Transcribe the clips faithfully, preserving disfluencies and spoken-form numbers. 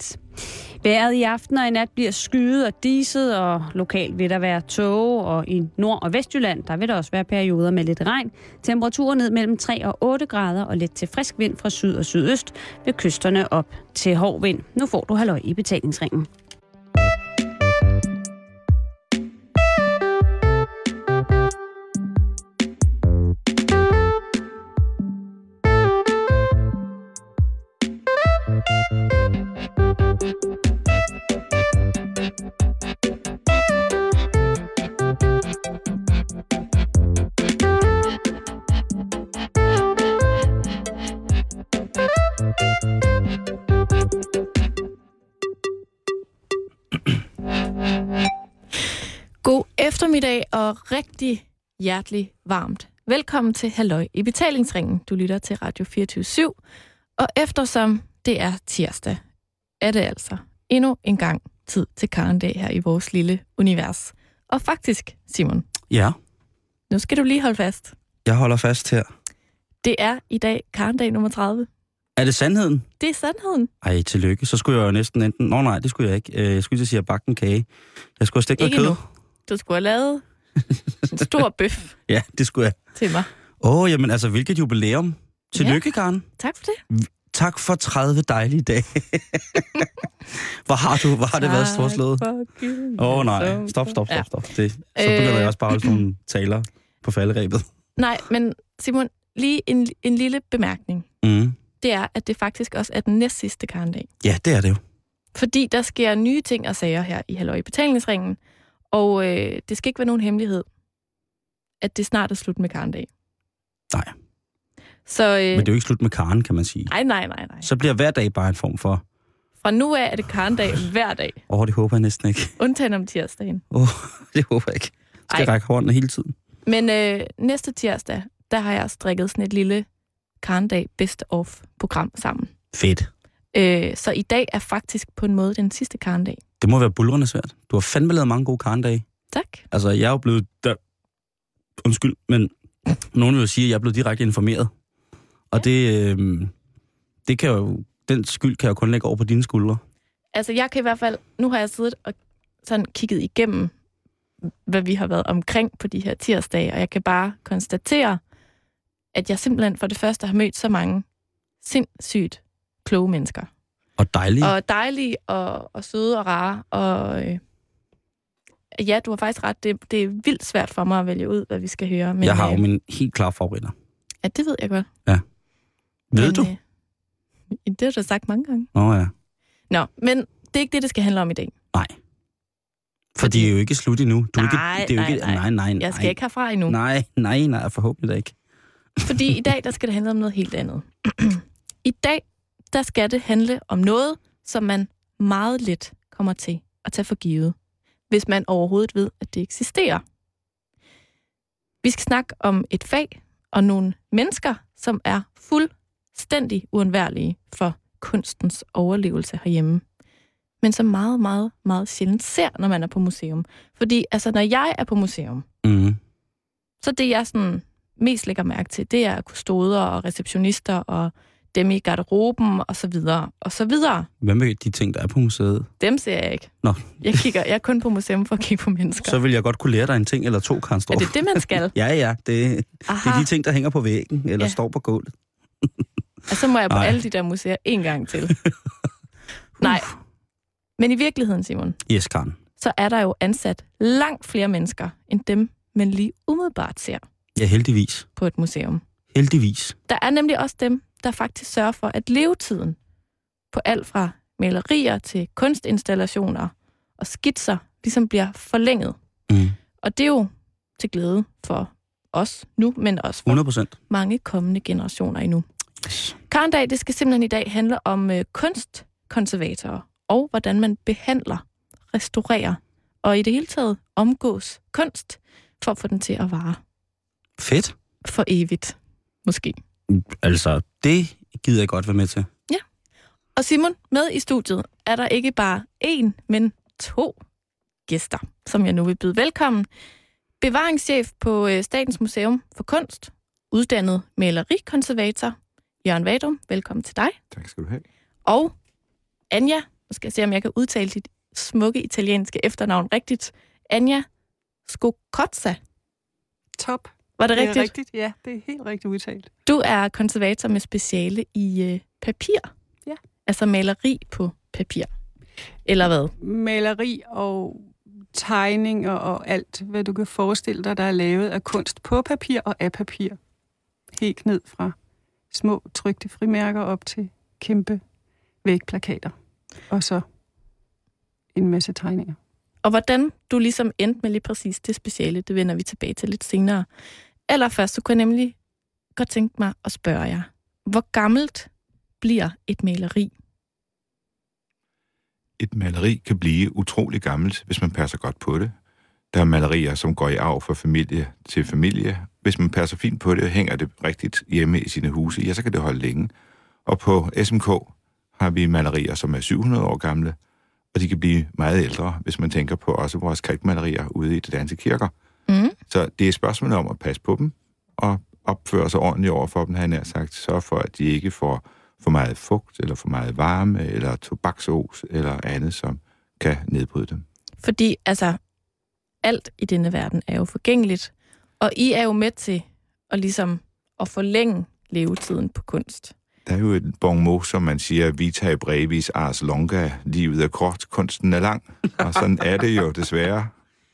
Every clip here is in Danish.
nat. Vejret i aften og i nat bliver skyet og diset, og lokalt vil der være tåge, og i Nord- og Vestjylland, der vil der også være perioder med lidt regn. Temperaturer ned mellem tre og otte grader, og let til frisk vind fra syd og sydøst ved kysterne op til hård vind. Nu får du halløj i betalingsringen. God eftermiddag og rigtig hjertelig varmt. Velkommen til Halløj i betalingsringen. Du lytter til Radio fireogtyve syv. Og eftersom det er tirsdag, er det altså endnu en gang tid til Karendag her i vores lille univers. Og faktisk, Simon. Ja. Nu skal du lige holde fast. Jeg holder fast her. Det er i dag Karendag nummer tredive. Er det sandheden? Det er sandheden. Ej, tillykke. Så skulle jeg jo næsten enten... Nå nej, det skulle jeg ikke. Jeg skulle ikke sige, at jeg bagte en kage. Jeg skulle have stegt noget kød. Nu. Du skulle have lavet en stor bøf. Ja, det skulle jeg. Til mig. Åh, oh, jamen altså, hvilket jubilæum. Tillykke, ja. Karen. Tak for det. Tak for tredive dejlige dage. hvor har du, hvor har det været storslået? Åh oh, nej, stop, stop, stop, stop. Det, så begynder øh... jeg også bare at holde nogle taler på falderebet. Nej, men Simon, lige en, en lille bemærkning. Mm. Det er, at det faktisk også er den næst sidste Karendag. Ja, det er det jo. Fordi der sker nye ting og sager her i Halløj i betalingsringen, og øh, det skal ikke være nogen hemmelighed, at det snart er slut med Karendag. Nej. Så, øh, Men det er jo ikke slut med Karen, kan man sige. Nej, nej, nej, nej. Så bliver hver dag bare en form for... Fra nu af er det Karendag hver dag. Åh, oh, det håber jeg næsten ikke. Undtagen om tirsdagen. Åh, oh, det håber jeg ikke. Jeg skal Ej. række hånden hele tiden. Men øh, næste tirsdag, der har jeg strikket sådan et lille Karendag Best of-program sammen. Fedt. Øh, så i dag er faktisk på en måde den sidste Karendag. Det må være bulrende svært. Du har fandme lavet mange gode Karendage. Tak. Altså, jeg er jo blevet... Der... Undskyld, men nogen vil jo sige, at jeg er blevet direkte informeret. Og ja. det, øh, det kan jo... Den skyld kan jeg jo kun lægge over på dine skuldre. Altså, jeg kan i hvert fald... Nu har jeg siddet og sådan kigget igennem, hvad vi har været omkring på de her tirsdage, og jeg kan bare konstatere, at jeg simpelthen for det første har mødt så mange sindssygt kloge mennesker. Og dejlige. Og dejlige, og, og søde og rare. Og øh, ja, du har faktisk ret. Det, det er vildt svært for mig at vælge ud, hvad vi skal høre. Men, jeg har jo øh, mine helt klare favoritter. Ja, det ved jeg godt. Ja. Ved men, du? Øh, det har du sagt mange gange. Nå ja. Nå, men det er ikke det, det skal handle om i dag. Nej. For det er jo ikke slut endnu. Du nej, ikke, det er nej, jo ikke, nej, nej, nej. Jeg skal nej. ikke herfra endnu. Nej, nej, nej, forhåbentlig da ikke. Fordi i dag, der skal det handle om noget helt andet. I dag, der skal det handle om noget, som man meget let kommer til at tage for givet, hvis man overhovedet ved, at det eksisterer. Vi skal snakke om et fag og nogle mennesker, som er fuldstændig uundværlige for kunstens overlevelse herhjemme, men som meget, meget, meget sjældent ser, når man er på museum. Fordi altså, når jeg er på museum, mm. så det jeg sådan mest lægger mærke til, det er kustoder og receptionister og dem i garderoben og så videre og så videre. Hvad med de ting, der er på museet? Dem ser jeg ikke. Nå. Jeg kigger, jeg er kun på museum for at kigge på mennesker. Så vil jeg godt kunne lære dig en ting eller to, Karen Storff. Er det det, man skal? ja, ja. Det, det er de ting, der hænger på væggen eller ja. står på gulvet. Og så må jeg på Ej. alle de der museer en gang til. Nej. Men i virkeligheden, Simon, yes, Karen. så er der jo ansat langt flere mennesker, end dem, man lige umiddelbart ser. Ja, heldigvis. På et museum. Heldigvis. Der er nemlig også dem, der faktisk sørger for, at levetiden på alt fra malerier til kunstinstallationer og skitser ligesom bliver forlænget. Mm. Og det er jo til glæde for os nu, men også for hundrede procent mange kommende generationer endnu. Yes. Karendag, det skal simpelthen i dag handle om øh, kunstkonservatorer og hvordan man behandler, restaurerer og i det hele taget omgås kunst for at få den til at vare. Fedt. For evigt, måske. Altså, det gider jeg godt være med til. Ja. Og Simon, med i studiet er der ikke bare én, men to gæster, som jeg nu vil byde velkommen. Bevaringschef på Statens Museum for Kunst, uddannet malerikonservator, Jørgen Vadum. Velkommen til dig. Tak skal du have. Og Anja, nu skal jeg se, om jeg kan udtale dit smukke italienske efternavn rigtigt. Anja Scocozza. Top. Var det, det rigtigt? rigtigt? Ja, det er helt rigtigt udtalt. Du er konservator med speciale i øh, papir. Ja. Altså maleri på papir. Eller hvad? Maleri og tegning og, og alt, hvad du kan forestille dig, der er lavet af kunst på papir og af papir. Helt ned fra små trykte frimærker op til kæmpe vægplakater. Og så en masse tegninger. Og hvordan du ligesom endte med lige præcis det speciale, det vender vi tilbage til lidt senere. Allerførst, så kunne jeg nemlig godt tænke mig at spørge jer, hvor gammelt bliver et maleri? Et maleri kan blive utrolig gammelt, hvis man passer godt på det. Der er malerier, som går i arv fra familie til familie. Hvis man passer fint på det og hænger det rigtigt hjemme i sine huse, ja, så kan det holde længe. Og på S M K har vi malerier, som er syv hundrede år gamle, og de kan blive meget ældre, hvis man tænker på også vores kalkmalerier ude i de danske kirker. Mm. Så det er et spørgsmål om at passe på dem, og opføre sig ordentligt over for dem, har jeg nær sagt. Sørg for, at de ikke får for meget fugt, eller for meget varme, eller tobaksos, eller andet, som kan nedbryde dem. Fordi, altså, alt i denne verden er jo forgængeligt, og I er jo med til at ligesom at forlænge levetiden på kunst. Der er jo et bon mot, som man siger, vitae brevis ars longa, livet er kort, kunsten er lang. Og sådan er det jo desværre.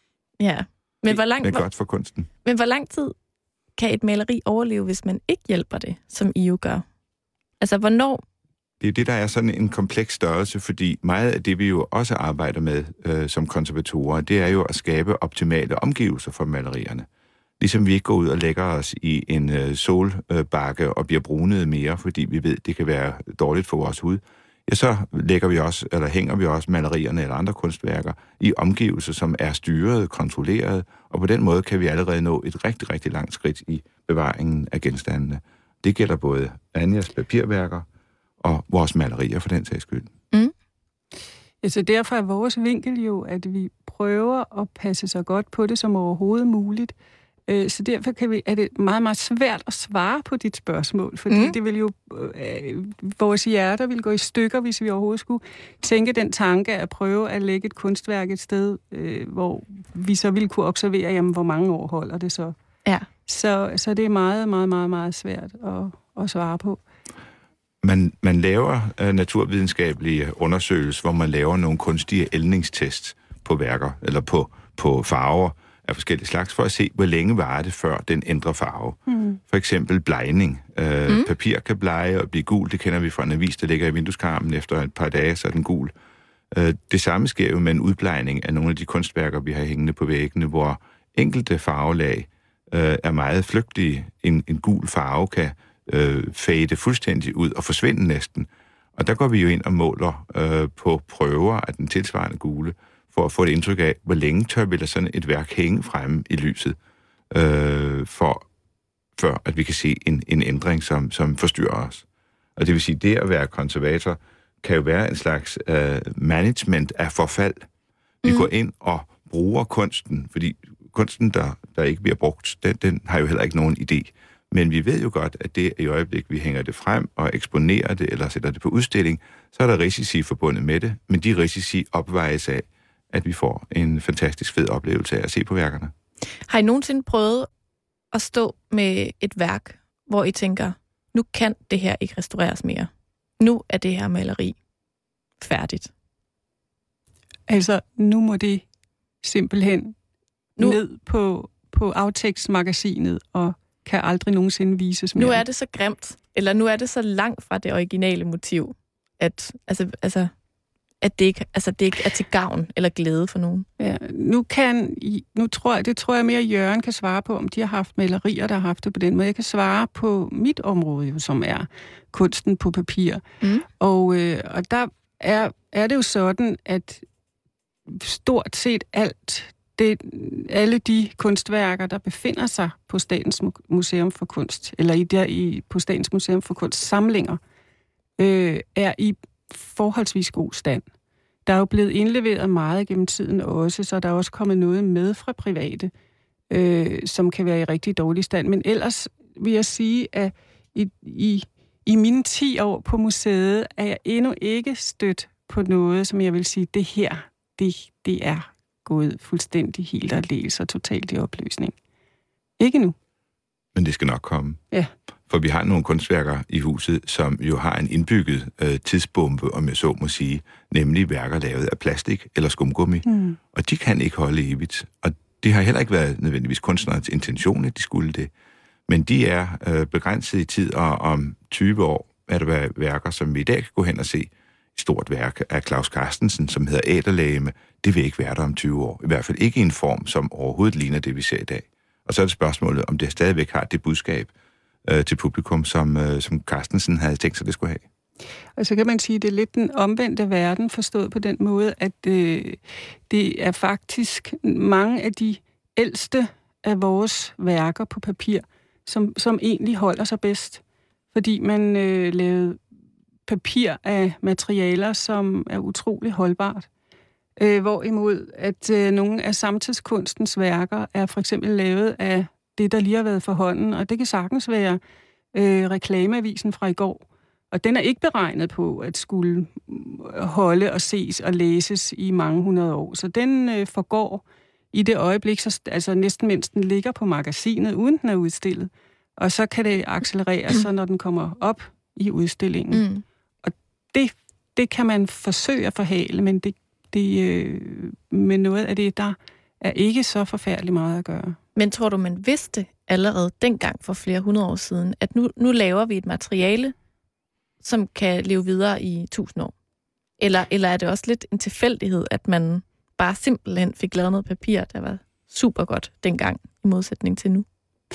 Ja, men hvor lang, det er godt for kunsten. Men hvor lang tid kan et maleri overleve, hvis man ikke hjælper det, som I jo gør? Altså, hvornår? Det er det, der er sådan en kompleks størrelse, fordi meget af det, vi jo også arbejder med øh, som konservatorer, det er jo at skabe optimale omgivelser for malerierne. Ligesom vi ikke går ud og lægger os i en øh, solbakke og bliver brunet mere, fordi vi ved, det kan være dårligt for vores hud, ja, så lægger vi også, eller hænger vi også malerierne eller andre kunstværker i omgivelser, som er styret, kontrolleret, og på den måde kan vi allerede nå et rigtig, rigtig langt skridt i bevaringen af genstandene. Det gælder både Anjas papirværker og vores malerier for den sags skyld. Mm. Ja, så derfor er vores vinkel jo, at vi prøver at passe så godt på det som overhovedet muligt. Så derfor kan vi, er det meget, meget svært at svare på dit spørgsmål, fordi mm. det vil jo, øh, vores hjerter vil gå i stykker, hvis vi overhovedet skulle tænke den tanke at prøve at lægge et kunstværk et sted, øh, hvor vi så ville kunne observere, jamen, hvor mange år holder det så. Ja. Så, så det er meget, meget, meget, meget svært at, at svare på. Man, man laver uh, naturvidenskabelige undersøgelser, hvor man laver nogle kunstige ældningstests på værker, eller på, på farver af forskellige slags, for at se, hvor længe var det, før den ændrer farve. Mm. For eksempel blegning. Uh, mm. Papir kan blege og blive gul, det kender vi fra en avis, der ligger i vindueskarmen. Efter et par dage, så er den gul. Uh, det samme sker jo med en udblegning af nogle af de kunstværker, vi har hængende på væggene, hvor enkelte farvelag uh, er meget flygtige. En, en gul farve kan øh, fade fuldstændig ud og forsvinde næsten. Og der går vi jo ind og måler øh, på prøver af den tilsvarende gule, for at få et indtryk af, hvor længe tør vi lade sådan et værk hænge fremme i lyset, øh, for, før at vi kan se en, en ændring, som, som forstyrrer os. Og det vil sige, det at være konservator kan jo være en slags øh, management af forfald. Vi mm. går ind og bruger kunsten, fordi kunsten, der, der ikke bliver brugt, den, den har jo heller ikke nogen idé. Men vi ved jo godt, at det i øjeblik, vi hænger det frem og eksponerer det, eller sætter det på udstilling, så er der risici forbundet med det, men de risici opvejes af, at vi får en fantastisk fed oplevelse af at se på værkerne. Har I nogensinde prøvet at stå med et værk, hvor I tænker, nu kan det her ikke restaureres mere? Nu er det her maleri færdigt. Altså, nu må det simpelthen nu... ned på, på Afteks-magasinet og kan aldrig nogensinde vises mere. Nu er det så grimt, eller nu er det så langt fra det originale motiv, at, altså, altså, at det, ikke, altså, det ikke er til gavn eller glæde for nogen. Ja, nu kan, nu tror jeg, det tror jeg mere, Jørgen kan svare på, om de har haft malerier, der har haft det på den måde. Jeg kan svare på mit område, som er kunsten på papir. Mm. Og, øh, og der er, er det jo sådan, at stort set alt Det, alle de kunstværker, der befinder sig på Statens Museum for Kunst, eller i der i, på Statens Museum for Kunst samlinger, øh, er i forholdsvis god stand. Der er jo blevet indleveret meget gennem tiden også, så der er også kommet noget med fra private, øh, som kan være i rigtig dårlig stand. Men ellers vil jeg sige, at i, i, i mine ti år på museet er jeg endnu ikke stødt på noget, som jeg vil sige, det her, det, det er gået fuldstændig helt og læs og totalt i opløsning. Ikke nu. Men det skal nok komme. Ja. For vi har nogle kunstværker i huset, som jo har en indbygget øh, tidsbombe, om jeg så må sige, nemlig værker lavet af plastik eller skumgummi. Mm. Og de kan ikke holde evigt. Og det har heller ikke været nødvendigvis kunstnerens intention, at de skulle det. Men de er øh, begrænset i tid, og om tyve år er der værker, som vi i dag kan gå hen og se. Et stort værk af Claus Carstensen, som hedder Æderlegeme. Det vil ikke være der om tyve år. I hvert fald ikke i en form, som overhovedet ligner det, vi ser i dag. Og så er det spørgsmålet, om det stadigvæk har det budskab øh, til publikum, som, øh, som Carstensen havde tænkt sig, det skulle have. Og så kan man sige, at det er lidt den omvendte verden, forstået på den måde, at øh, det er faktisk mange af de ældste af vores værker på papir, som, som egentlig holder sig bedst. Fordi man øh, lavede papir af materialer, som er utrolig holdbart. Øh, hvorimod, at øh, nogle af samtidskunstens værker er for eksempel lavet af det, der lige har været for hånden, og det kan sagtens være øh, reklameavisen fra i går. Og den er ikke beregnet på at skulle holde og ses og læses i mange hundrede år. Så den øh, forgår i det øjeblik, så, altså næsten mens den ligger på magasinet, uden den er udstillet. Og så kan det accelerere sig, når den kommer op i udstillingen. Mm. Og det, det kan man forsøge at forhale, men det, det øh, med noget af det, der er ikke så forfærdeligt meget at gøre. Men tror du, man vidste allerede dengang for flere hundrede år siden, at nu, nu laver vi et materiale, som kan leve videre i tusind år? Eller, eller er det også lidt en tilfældighed, at man bare simpelthen fik lavet noget papir, der var super godt dengang, i modsætning til nu?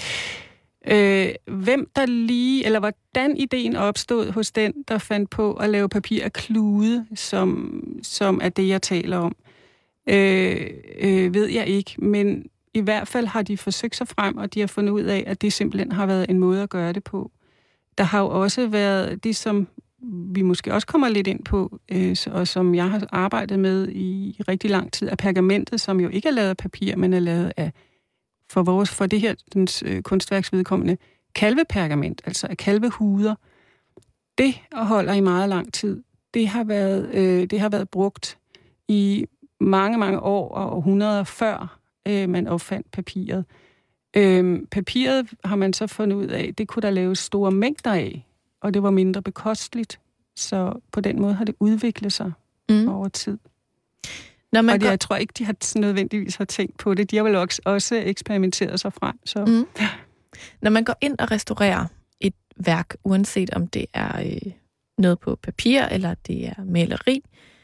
Øh, hvem der lige, eller hvordan ideen opstod hos den, der fandt på at lave papir af klude, som, som er det, jeg taler om, øh, øh, ved jeg ikke. Men i hvert fald har de forsøgt sig frem, og de har fundet ud af, at det simpelthen har været en måde at gøre det på. Der har jo også været det, som vi måske også kommer lidt ind på, øh, og som jeg har arbejdet med i rigtig lang tid, er pergamentet, som jo ikke er lavet af papir, men er lavet af, for, vores, for det her dens, øh, kunstværksvedkommende, kalvepergament, altså af kalvehuder. Det holder i meget lang tid. Det har været, øh, det har været brugt i mange, mange år og århundreder før øh, man opfandt papiret. Øhm, papiret har man så fundet ud af, det kunne der laves store mængder af, og det var mindre bekosteligt. Så på den måde har det udviklet sig mm. over tid. Når man og det, går... jeg tror ikke, de har nødvendigvis har tænkt på det. De har vel også, også eksperimenteret sig frem. Så. Mm. Når man går ind og restaurerer et værk, uanset om det er øh, noget på papir, eller det er maleri,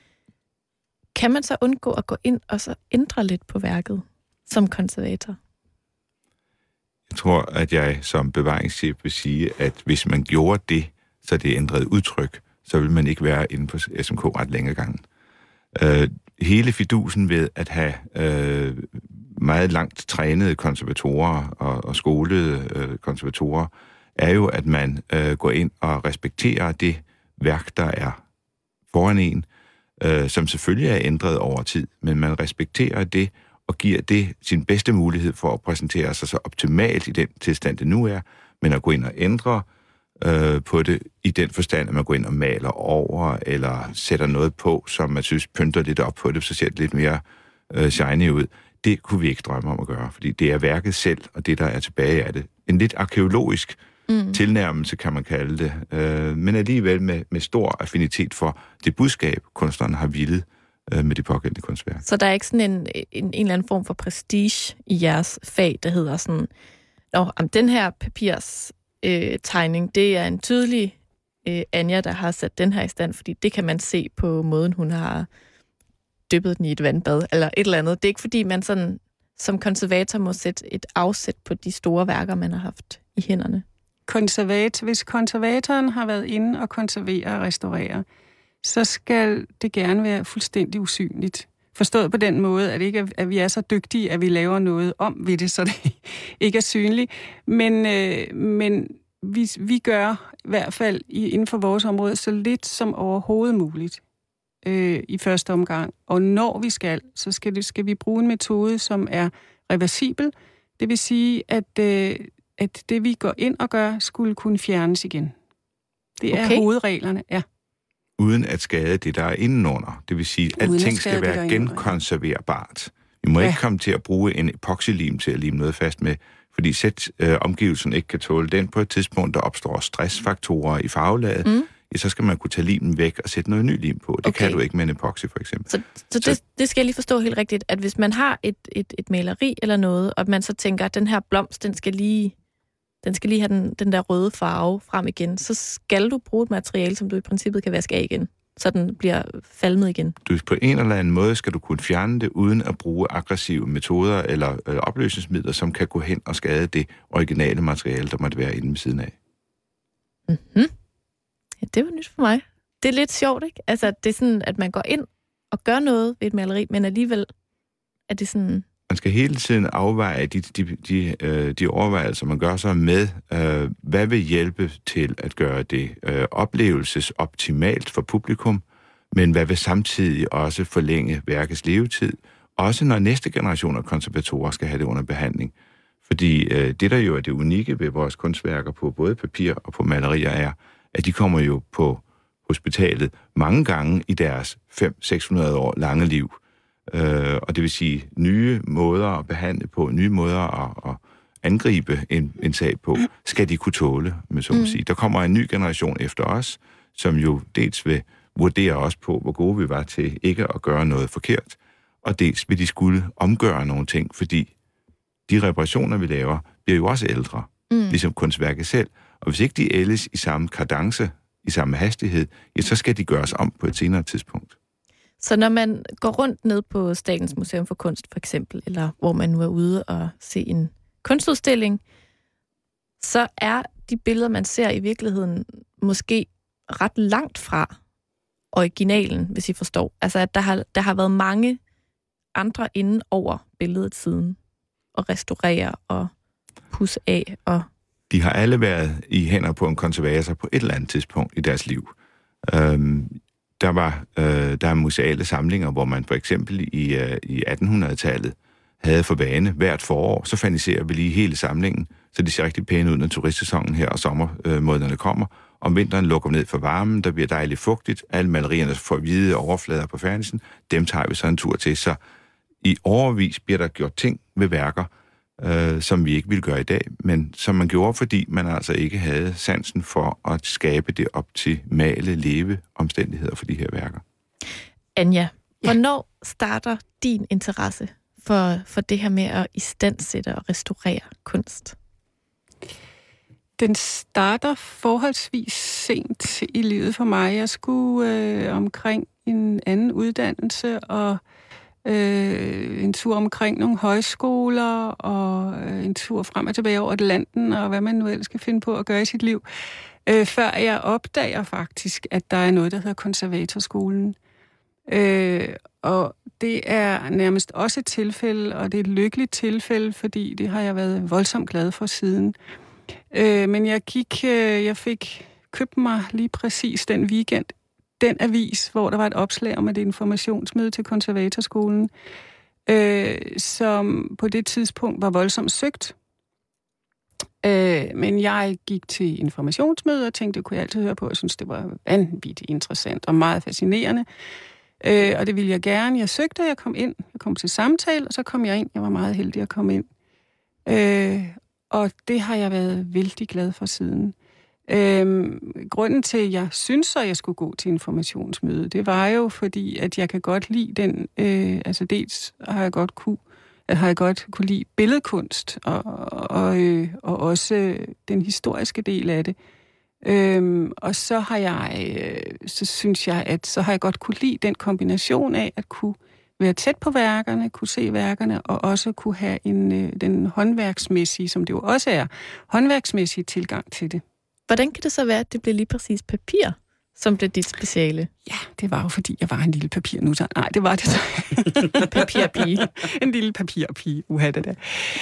kan man så undgå at gå ind og så ændre lidt på værket som konservator? Jeg tror, at jeg som bevaringschef vil sige, at hvis man gjorde det, så det ændrede udtryk, så vil man ikke være inde på S M K ret længe gangen. Øh, hele fidusen ved at have øh, meget langt trænede konservatorer og, og skolede øh, konservatorer, er jo, at man øh, går ind og respekterer det værk, der er foran en, øh, som selvfølgelig er ændret over tid, men man respekterer det, og giver det sin bedste mulighed for at præsentere sig så optimalt i den tilstand, det nu er, men at gå ind og ændre øh, på det i den forstand, at man går ind og maler over, eller sætter noget på, som man synes pynter lidt op på det, så ser det lidt mere øh, shiny ud. Det kunne vi ikke drømme om at gøre, fordi det er værket selv, og det, der er tilbage af det. En lidt arkeologisk mm. tilnærmelse, kan man kalde det, øh, men alligevel med, med stor affinitet for det budskab, kunstneren har villet med de pågældende kunstværker. Så der er ikke sådan en, en, en eller anden form for prestige i jeres fag, der hedder sådan, Nå, om den her papirs øh, tegning, det er en tydelig øh, Anja, der har sat den her i stand, fordi det kan man se på måden, hun har dyppet den i et vandbad, eller et eller andet. Det er ikke fordi, man sådan som konservator må sætte et afsæt på de store værker, man har haft i hænderne. Konservat, hvis konservatoren har været inde og konservere og restaurere, så skal det gerne være fuldstændig usynligt. Forstået på den måde, at, ikke, at vi er så dygtige, at vi laver noget om ved det, så det ikke er synligt. Men, øh, men vi, vi gør i hvert fald inden for vores område så lidt som overhovedet muligt øh, i første omgang. Og når vi skal, så skal, det, skal vi bruge en metode, som er reversibel. Det vil sige, at, øh, at det vi går ind og gør, skulle kunne fjernes igen. Det er okay. hovedreglerne, ja. uden at skade det, der er indenunder. Det vil sige, at alting skal være genkonserverbart. Vi må ja. ikke komme til at bruge en epoxylim til at lime noget fast med, fordi sæt øh, omgivelsen ikke kan tåle den på et tidspunkt, der opstår stressfaktorer i farvelaget, mm. ja, så skal man kunne tage limen væk og sætte noget ny lim på. Det okay. kan du ikke med en epoxy, for eksempel. Så, så, det, så det skal jeg lige forstå helt rigtigt, at hvis man har et, et, et maleri eller noget, og man så tænker, at den her blomst, den skal lige, den skal lige have den, den der røde farve frem igen, så skal du bruge et materiale, som du i princippet kan vaske af igen, så den bliver falmet igen. Du, på en eller anden måde skal du kunne fjerne det, uden at bruge aggressive metoder eller, eller opløsningsmidler, som kan gå hen og skade det originale materiale, der måtte være inde ved siden af. Mhm. Ja, det var nyt for mig. Det er lidt sjovt, ikke? Altså, det er sådan, at man går ind og gør noget ved et maleri, men alligevel er det sådan... Man skal hele tiden afveje de, de, de, de, de overvejelser, man gør sig med, øh, hvad vil hjælpe til at gøre det øh, oplevelsesoptimalt for publikum, men hvad vil samtidig også forlænge værkets levetid, også når næste generation af konservatorer skal have det under behandling. Fordi øh, det, der jo er det unikke ved vores kunstværker på både papir og på malerier, er, at de kommer jo på hospitalet mange gange i deres fem til seks hundrede år lange liv. Øh, og det vil sige nye måder at behandle på, nye måder at, at angribe en, en sag på, skal de kunne tåle, med så at sige. Der kommer en ny generation efter os, som jo dels vil vurdere os på, hvor gode vi var til ikke at gøre noget forkert, og dels vil de skulle omgøre nogle ting, fordi de reparationer, vi laver, bliver jo også ældre, mm. ligesom kunstværket selv. Og hvis ikke de ældes i samme kadence, i samme hastighed, ja, så skal de gøres om på et senere tidspunkt. Så når man går rundt ned på Statens Museum for Kunst, for eksempel, eller hvor man nu er ude og se en kunstudstilling, så er de billeder, man ser i virkeligheden, måske ret langt fra originalen, hvis I forstår. Altså, at der har, der har været mange andre inden over billedet siden, og restaurere og pudse af. Og... De har alle været i hænder på en konservator på et eller andet tidspunkt i deres liv. Øhm, der var øh, der er museale samlinger, hvor man for eksempel i, øh, i attenhundredetallet havde for vane hvert forår, så ferniserer vi lige hele samlingen, så de ser rigtig pæne ud, når turistsæsonen her og sommermånederne kommer. Om vinteren lukker vi ned for varmen, der bliver dejligt fugtigt, alle malerierne får hvide overflader på fernisen, dem tager vi så en tur til, så i årevis bliver der gjort ting ved værker, øh, som vi ikke ville gøre i dag, men som man gjorde, fordi man altså ikke havde sansen for at skabe det optimale leveomstændigheder for de her værker. Anja, ja. Hvornår starter din interesse for, for det her med at istandsætte og restaurere kunst? Den starter forholdsvis sent i livet for mig. Jeg skulle øh, omkring en anden uddannelse og øh, en tur omkring nogle højskoler og øh, en tur frem og tilbage over Atlanten og hvad man nu ellers skal finde på at gøre i sit liv, øh, før jeg opdager faktisk, at der er noget, der hedder konservatorskolen. Øh, og det er nærmest også et tilfælde, og det er et lykkeligt tilfælde, fordi det har jeg været voldsomt glad for siden. Øh, men jeg gik, øh, jeg fik købt mig lige præcis den weekend, den avis, hvor der var et opslag om et informationsmøde til konservatorskolen, øh, som på det tidspunkt var voldsomt søgt. Øh, men jeg gik til informationsmøde og tænkte, det kunne jeg altid høre på. Jeg synes, det var vanvittigt interessant og meget fascinerende. Øh, og det ville jeg gerne. Jeg søgte, jeg kom ind. Jeg kom til samtale, og så kom jeg ind. Jeg var meget heldig at komme ind. Øh, og det har jeg været vældig glad for siden. Øh, grunden til, at jeg synes, at jeg skulle gå til informationsmøde, det var jo fordi, at jeg kan godt lide den... Øh, altså dels har jeg godt kunne, har jeg godt kunne lide billedkunst, og, og, øh, og også den historiske del af det. Øhm, og så har jeg, øh, så synes jeg, at så har jeg godt kunne lide den kombination af at kunne være tæt på værkerne, kunne se værkerne, og også kunne have en, øh, den håndværksmæssige, som det jo også er, håndværksmæssige tilgang til det. Hvordan kan det så være, at det blev lige præcis papir, som blev dit speciale? Ja, det var jo fordi, jeg var en lille papirnutter. Nej, det var det så. Papirpige. En lille papirpige, uha det der.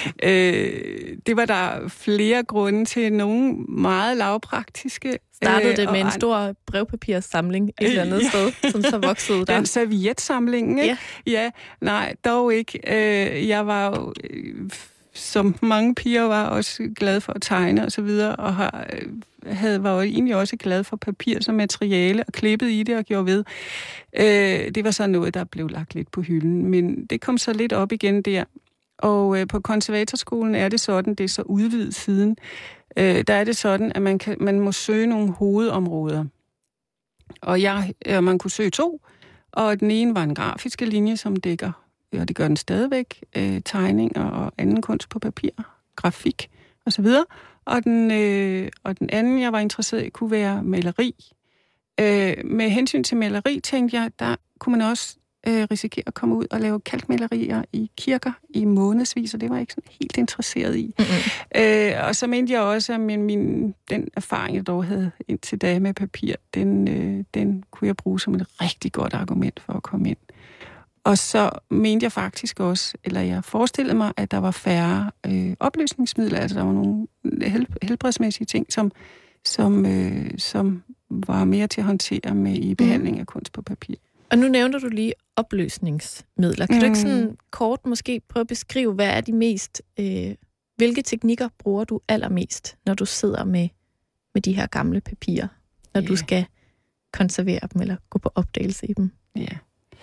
Øh, det var der flere grunde til. Nogle meget lavpraktiske. Startede det med en stor brevpapirssamling et eller andet ja. sted, som så voksede der? Den servietsamling, ikke? Ja. Ja, nej, dog ikke. Øh, jeg var jo... som mange piger var også glad for at tegne og så videre, og har, havde, var jo egentlig også glad for papir som materiale, og klippede i det og gjorde ved. Øh, det var så noget, der blev lagt lidt på hylden, men det kom så lidt op igen der. Og øh, på konservatorskolen er det sådan, det er så udvidet siden, øh, der er det sådan, at man, kan, man må søge nogle hovedområder. Og jeg, øh, man kunne søge to, og den ene var en grafiske linje, som dækker, og det gør den stadigvæk, øh, tegninger og anden kunst på papir, grafik osv. Og den, øh, og den anden, jeg var interesseret i, kunne være maleri. Øh, med hensyn til maleri, tænkte jeg, der kunne man også øh, risikere at komme ud og lave kalkmalerier i kirker i månedsvis, og det var jeg ikke sådan helt interesseret i. Mm-hmm. Øh, og så mente jeg også, at min, min, den erfaring, jeg dog havde indtil da med papir, den, øh, den kunne jeg bruge som et rigtig godt argument for at komme ind. Og så mente jeg faktisk også, eller jeg forestillede mig, at der var færre øh, opløsningsmidler, altså der var nogle hel- helbredsmæssige ting, som, som, øh, som var mere til at håndtere med i behandling mm. af kunst på papir. Og nu nævner du lige opløsningsmidler. Kan mm. du ikke sådan kort måske prøve at beskrive, hvad er de mest, øh, hvilke teknikker bruger du allermest, når du sidder med, med de her gamle papirer, når yeah. du skal konservere dem eller gå på opdagelse i dem? Ja. Yeah.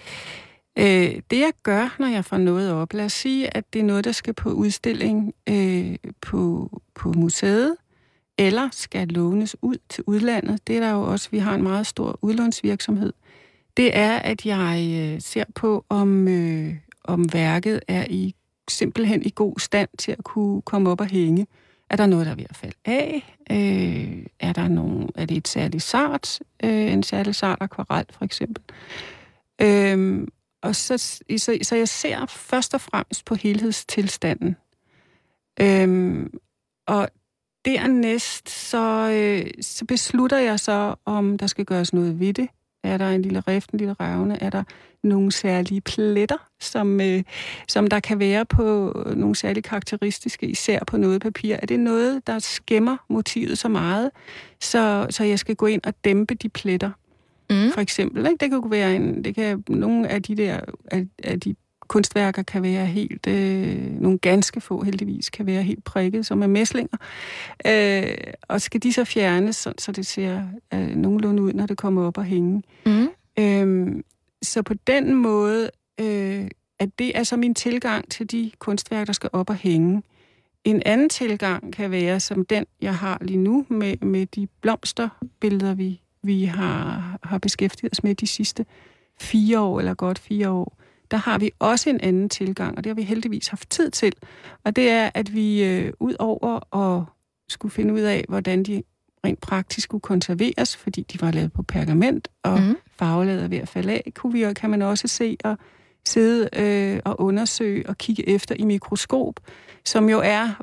Øh, det jeg gør, når jeg får noget op, lad os sige, at det er noget, der skal på udstilling øh, på, på museet, eller skal lånes ud til udlandet. Det er der jo også, vi har en meget stor udlånsvirksomhed. Det er, at jeg øh, ser på, om, øh, om værket er i simpelthen i god stand til at kunne komme op og hænge. Er der noget, der er ved at falde af? Øh, er, der nogen, er det et særligt sart? Øh, en særlig sart akvarel, for eksempel. Øh, Og så, så, så jeg ser først og fremmest på helhedstilstanden. Øhm, og dernæst så, øh, så beslutter jeg så, om der skal gøres noget ved det. Er der en lille rift, en lille revne? Er der nogle særlige pletter, som, øh, som der kan være på nogle særlige karakteristiske, især på noget papir? Er det noget, der skæmmer motivet så meget, så, så jeg skal gå ind og dæmpe de pletter? Mm. For eksempel, ikke? Det kan jo være en, det kan, nogle af de der, af, af de kunstværker kan være helt, øh, nogle ganske få heldigvis, kan være helt prikket, som er mæslinger. Øh, og skal de så fjernes, så, så det ser øh, nogenlunde ud, når det kommer op og hænge. Mm. Øh, så på den måde, øh, at det er så min tilgang til de kunstværker, der skal op og hænge. En anden tilgang kan være, som den, jeg har lige nu, med, med de blomsterbilleder, vi vi har, har beskæftiget os med de sidste fire år, eller godt fire år, der har vi også en anden tilgang, og det har vi heldigvis haft tid til. Og det er, at vi øh, ud over at skulle finde ud af, hvordan de rent praktisk skulle konserveres, fordi de var lavet på pergament, og mm. farvelaget er ved at falde af, kunne vi, kan man også se og sidde øh, og undersøge og kigge efter i mikroskop, som jo er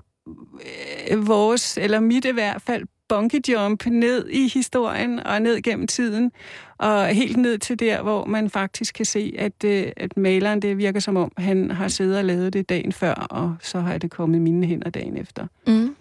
øh, vores, eller mit i hvert fald, bungee jump ned i historien og ned gennem tiden, og helt ned til der, hvor man faktisk kan se, at, at maleren, det virker som om, han har siddet og lavet det dagen før, og så har det kommet mine hænder dagen efter. Mm.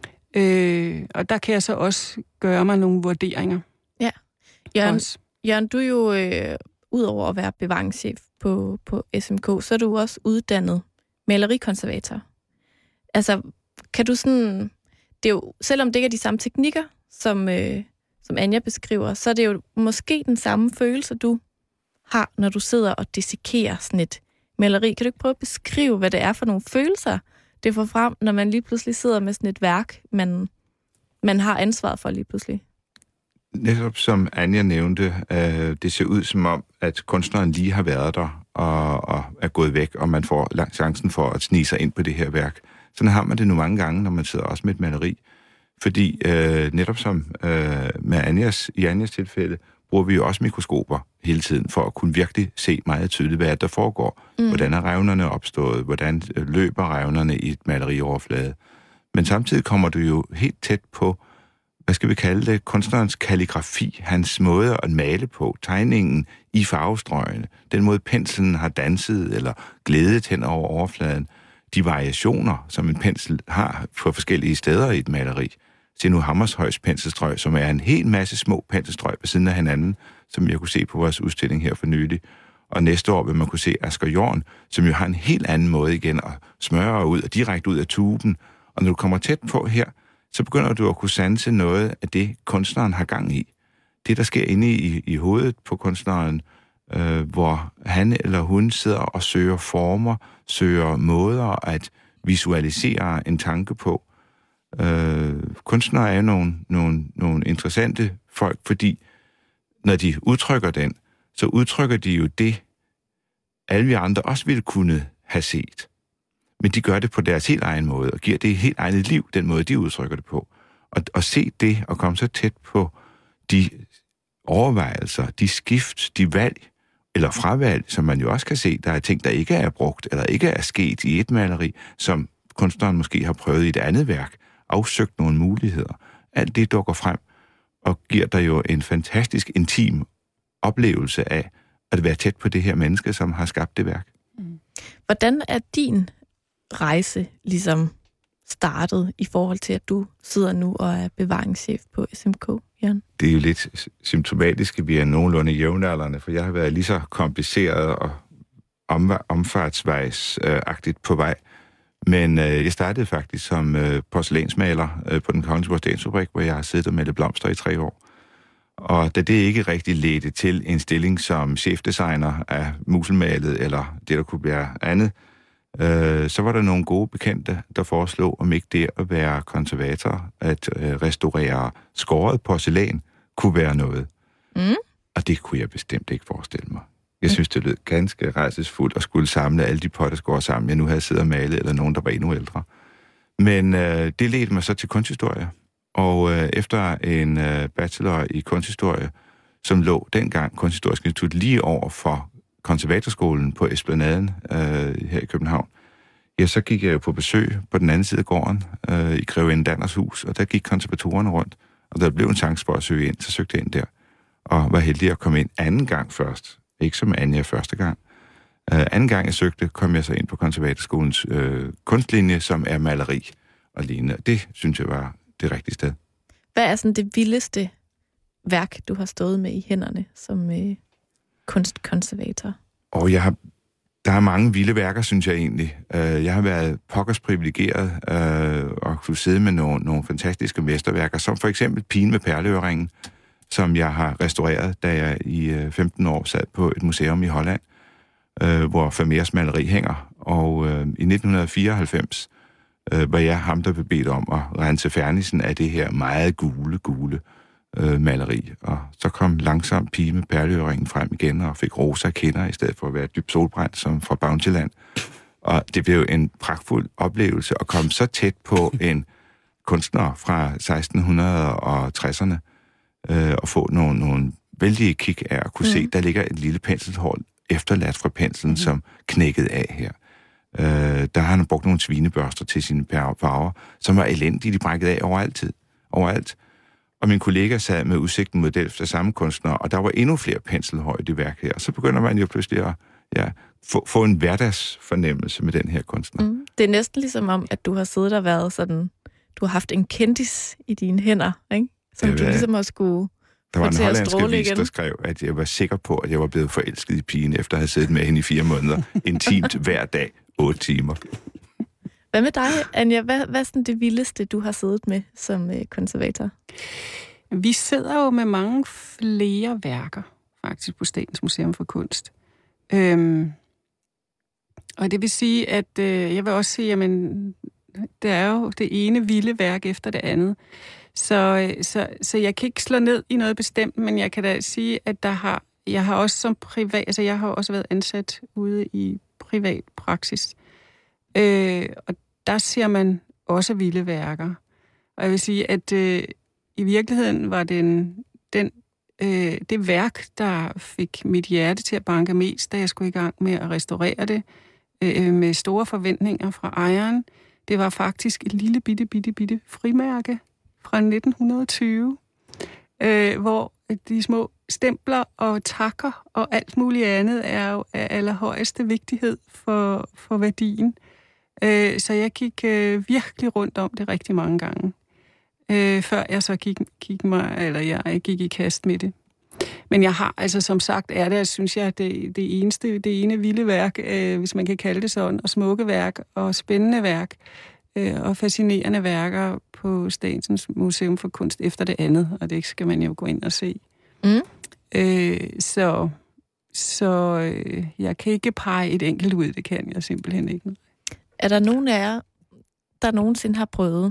Øh, og der kan jeg så også gøre mig nogle vurderinger. Ja. Jørgen, Jørgen du er jo, øh, udover at være bevaringschef på, på S M K, så er du også uddannet malerikonservator. Altså, kan du sådan... Det er jo, selvom det ikke er de samme teknikker, som, øh, som Anja beskriver, så er det jo måske den samme følelse, du har, når du sidder og dissekerer sådan et maleri. Kan du ikke prøve at beskrive, hvad det er for nogle følelser, det får frem, når man lige pludselig sidder med sådan et værk, man, man har ansvaret for lige pludselig? Netop som Anja nævnte, øh, det ser ud som om, at kunstneren lige har været der og, og er gået væk, og man får lang chancen for at snige sig ind på det her værk. Sådan har man det nu mange gange, når man sidder også med et maleri. Fordi øh, netop som øh, med Anjas, i Anjas tilfælde, bruger vi jo også mikroskoper hele tiden, for at kunne virkelig se meget tydeligt, hvad der foregår. Mm. Hvordan er revnerne opstået? Hvordan løber revnerne i et malerioverflade? Men samtidig kommer du jo helt tæt på, hvad skal vi kalde det, kunstnerens kalligrafi, hans måde at male på, tegningen i farvestrøgene, den måde penslen har danset eller glædet hen over overfladen, de variationer, som en pensel har på forskellige steder i et maleri. Se nu Hammershøis penselstrøg, som er en hel masse små penselstrøg ved siden af hinanden, som jeg kunne se på vores udstilling her for nylig. Og næste år vil man kunne se Asger Jorn, som jo har en helt anden måde igen at smøre ud og direkte ud af tuben. Og når du kommer tæt på her, så begynder du at kunne sanse noget af det, kunstneren har gang i. Det, der sker inde i, i hovedet på kunstneren, øh, hvor han eller hun sidder og søger former, søger måder at visualisere en tanke på. Øh, kunstnere er nogle, nogle, nogle interessante folk, fordi når de udtrykker den, så udtrykker de jo det, alle vi andre også ville kunne have set. Men de gør det på deres helt egen måde, og giver det et helt eget liv, den måde, de udtrykker det på. Og at se det, og komme så tæt på de overvejelser, de skift, de valg, eller fravalg, som man jo også kan se, der er ting, der ikke er brugt, eller ikke er sket i et maleri, som kunstneren måske har prøvet i et andet værk, afsøgt nogle muligheder. Alt det dukker frem, og giver dig jo en fantastisk intim oplevelse af at være tæt på det her menneske, som har skabt det værk. Hvordan er din rejse ligesom startet i forhold til, at du sidder nu og er bevaringschef på S M K, Jørgen? Det er jo lidt symptomatisk, at vi er nogenlunde jævnaldrende, for jeg har været lige så kompliceret og om, omfartsvejsagtigt på vej. Men øh, jeg startede faktisk som øh, porcelænsmaler øh, på den Kongelige Porcelænsfabrik, hvor jeg har siddet og malet blomster i tre år. Og da det ikke rigtig ledte til en stilling som chefdesigner af muselmalet, eller det, der kunne være andet, øh, så var der nogle gode bekendte, der foreslog, om ikke det at være konservator, at øh, restaurere skåret porcelæn, kunne være noget. Mm. Og det kunne jeg bestemt ikke forestille mig. Jeg synes, det lød ganske rejsesfuldt at skulle samle alle de potteskår sammen, jeg nu havde siddet og malet, eller nogen, der var endnu ældre. Men øh, det ledte mig så til kunsthistorie. Og øh, efter en øh, bachelor i kunsthistorie, som lå dengang Kunsthistorisk Institut lige over for konservatorskolen på Esplanaden øh, her i København, ja, så gik jeg jo på besøg på den anden side af gården øh, i Grevinde Danners hus, og der gik konservatorerne rundt, og der blev en chance for at søge ind, så søgte jeg ind der, og var heldig at komme ind anden gang først. Ikke som Anja første gang. Uh, anden gang jeg søgte, kom jeg så ind på konservatorskolens uh, kunstlinje, som er maleri og lignende. Det synes jeg var det rigtige sted. Hvad er sådan det vildeste værk, du har stået med i hænderne som uh, kunstkonservator? Og jeg har, der er mange vilde værker, synes jeg egentlig. Uh, jeg har været pokkers privilegeret uh, og kunne sidde med nogle, nogle fantastiske mesterværker, som for eksempel Pigen med perleøringen, som jeg har restaureret, da jeg i femten år sad på et museum i Holland, øh, hvor Vermeers maleri hænger. Og øh, i nitten fireoghalvfems øh, var jeg ham, der blev bedt om at rense fernisen af det her meget gule, gule øh, maleri. Og så kom langsomt Pige med perleøringen frem igen og fik rosa kinder, i stedet for at være dybt solbrændt som fra Bountyland. Og det blev en pragtfuld oplevelse at komme så tæt på en kunstner fra seksten tresserne, Øh, og få nogle, nogle vældige kig af at kunne mm. se, der ligger et lille penselhår efterladt fra penslen, mm. som knækkede af her. Øh, der har han brugt nogle svinebørster til sine farver, som var elendige, de brækkede af overalt. overalt. Og min kollega sad med udsigten mod Delft af samme kunstner, og der var endnu flere penselhår i det værk her. Og så begynder man jo pludselig at ja, få, få en hverdagsfornemmelse med den her kunstner. Mm. Det er næsten ligesom om, at du har siddet og været sådan, du har haft en kendis i dine hænder, ikke? Som du ligesom har skulle Der var en hollandsk avis, der skrev, at jeg var sikker på, at jeg var blevet forelsket i pigen, efter at have siddet med hende i fire måneder. Intimt hver dag, otte timer. Hvad med dig, Anja? Hvad, hvad er sådan det vildeste, du har siddet med som øh, konservator? Vi sidder jo med mange flere værker, faktisk, på Statens Museum for Kunst. Øhm, og det vil sige, at øh, jeg vil også sige, at det er jo det ene vilde værk efter det andet. Så, så, så jeg kan ikke slå ned i noget bestemt, men jeg kan da sige, at der har, jeg har også som privat, altså jeg har også været ansat ude i privat praksis. Øh, og der ser man også vilde værker. Og jeg vil sige, at øh, i virkeligheden var den, den, øh, det værk, der fik mit hjerte til at banke mest, da jeg skulle i gang med at restaurere det, øh, med store forventninger fra ejeren, det var faktisk et lille bitte, bitte, bitte frimærke fra nitten tyve, øh, hvor de små stempler og takker og alt muligt andet er jo af allerhøjeste vigtighed for, for værdien. Øh, så jeg gik øh, virkelig rundt om det rigtig mange gange, øh, før jeg så gik, gik mig, eller jeg gik i kast med det. Men jeg har, altså som sagt, er det, synes jeg, det, det eneste, det ene vilde værk, øh, hvis man kan kalde det sådan, og smukke værk, og spændende værk, øh, og fascinerende værker på Statens Museum for Kunst efter det andet, og det skal man jo gå ind og se. Mm. Øh, så så øh, jeg kan ikke pege et enkelt ud, det kan jeg simpelthen ikke. Er der nogen af jer, der nogensinde har prøvet,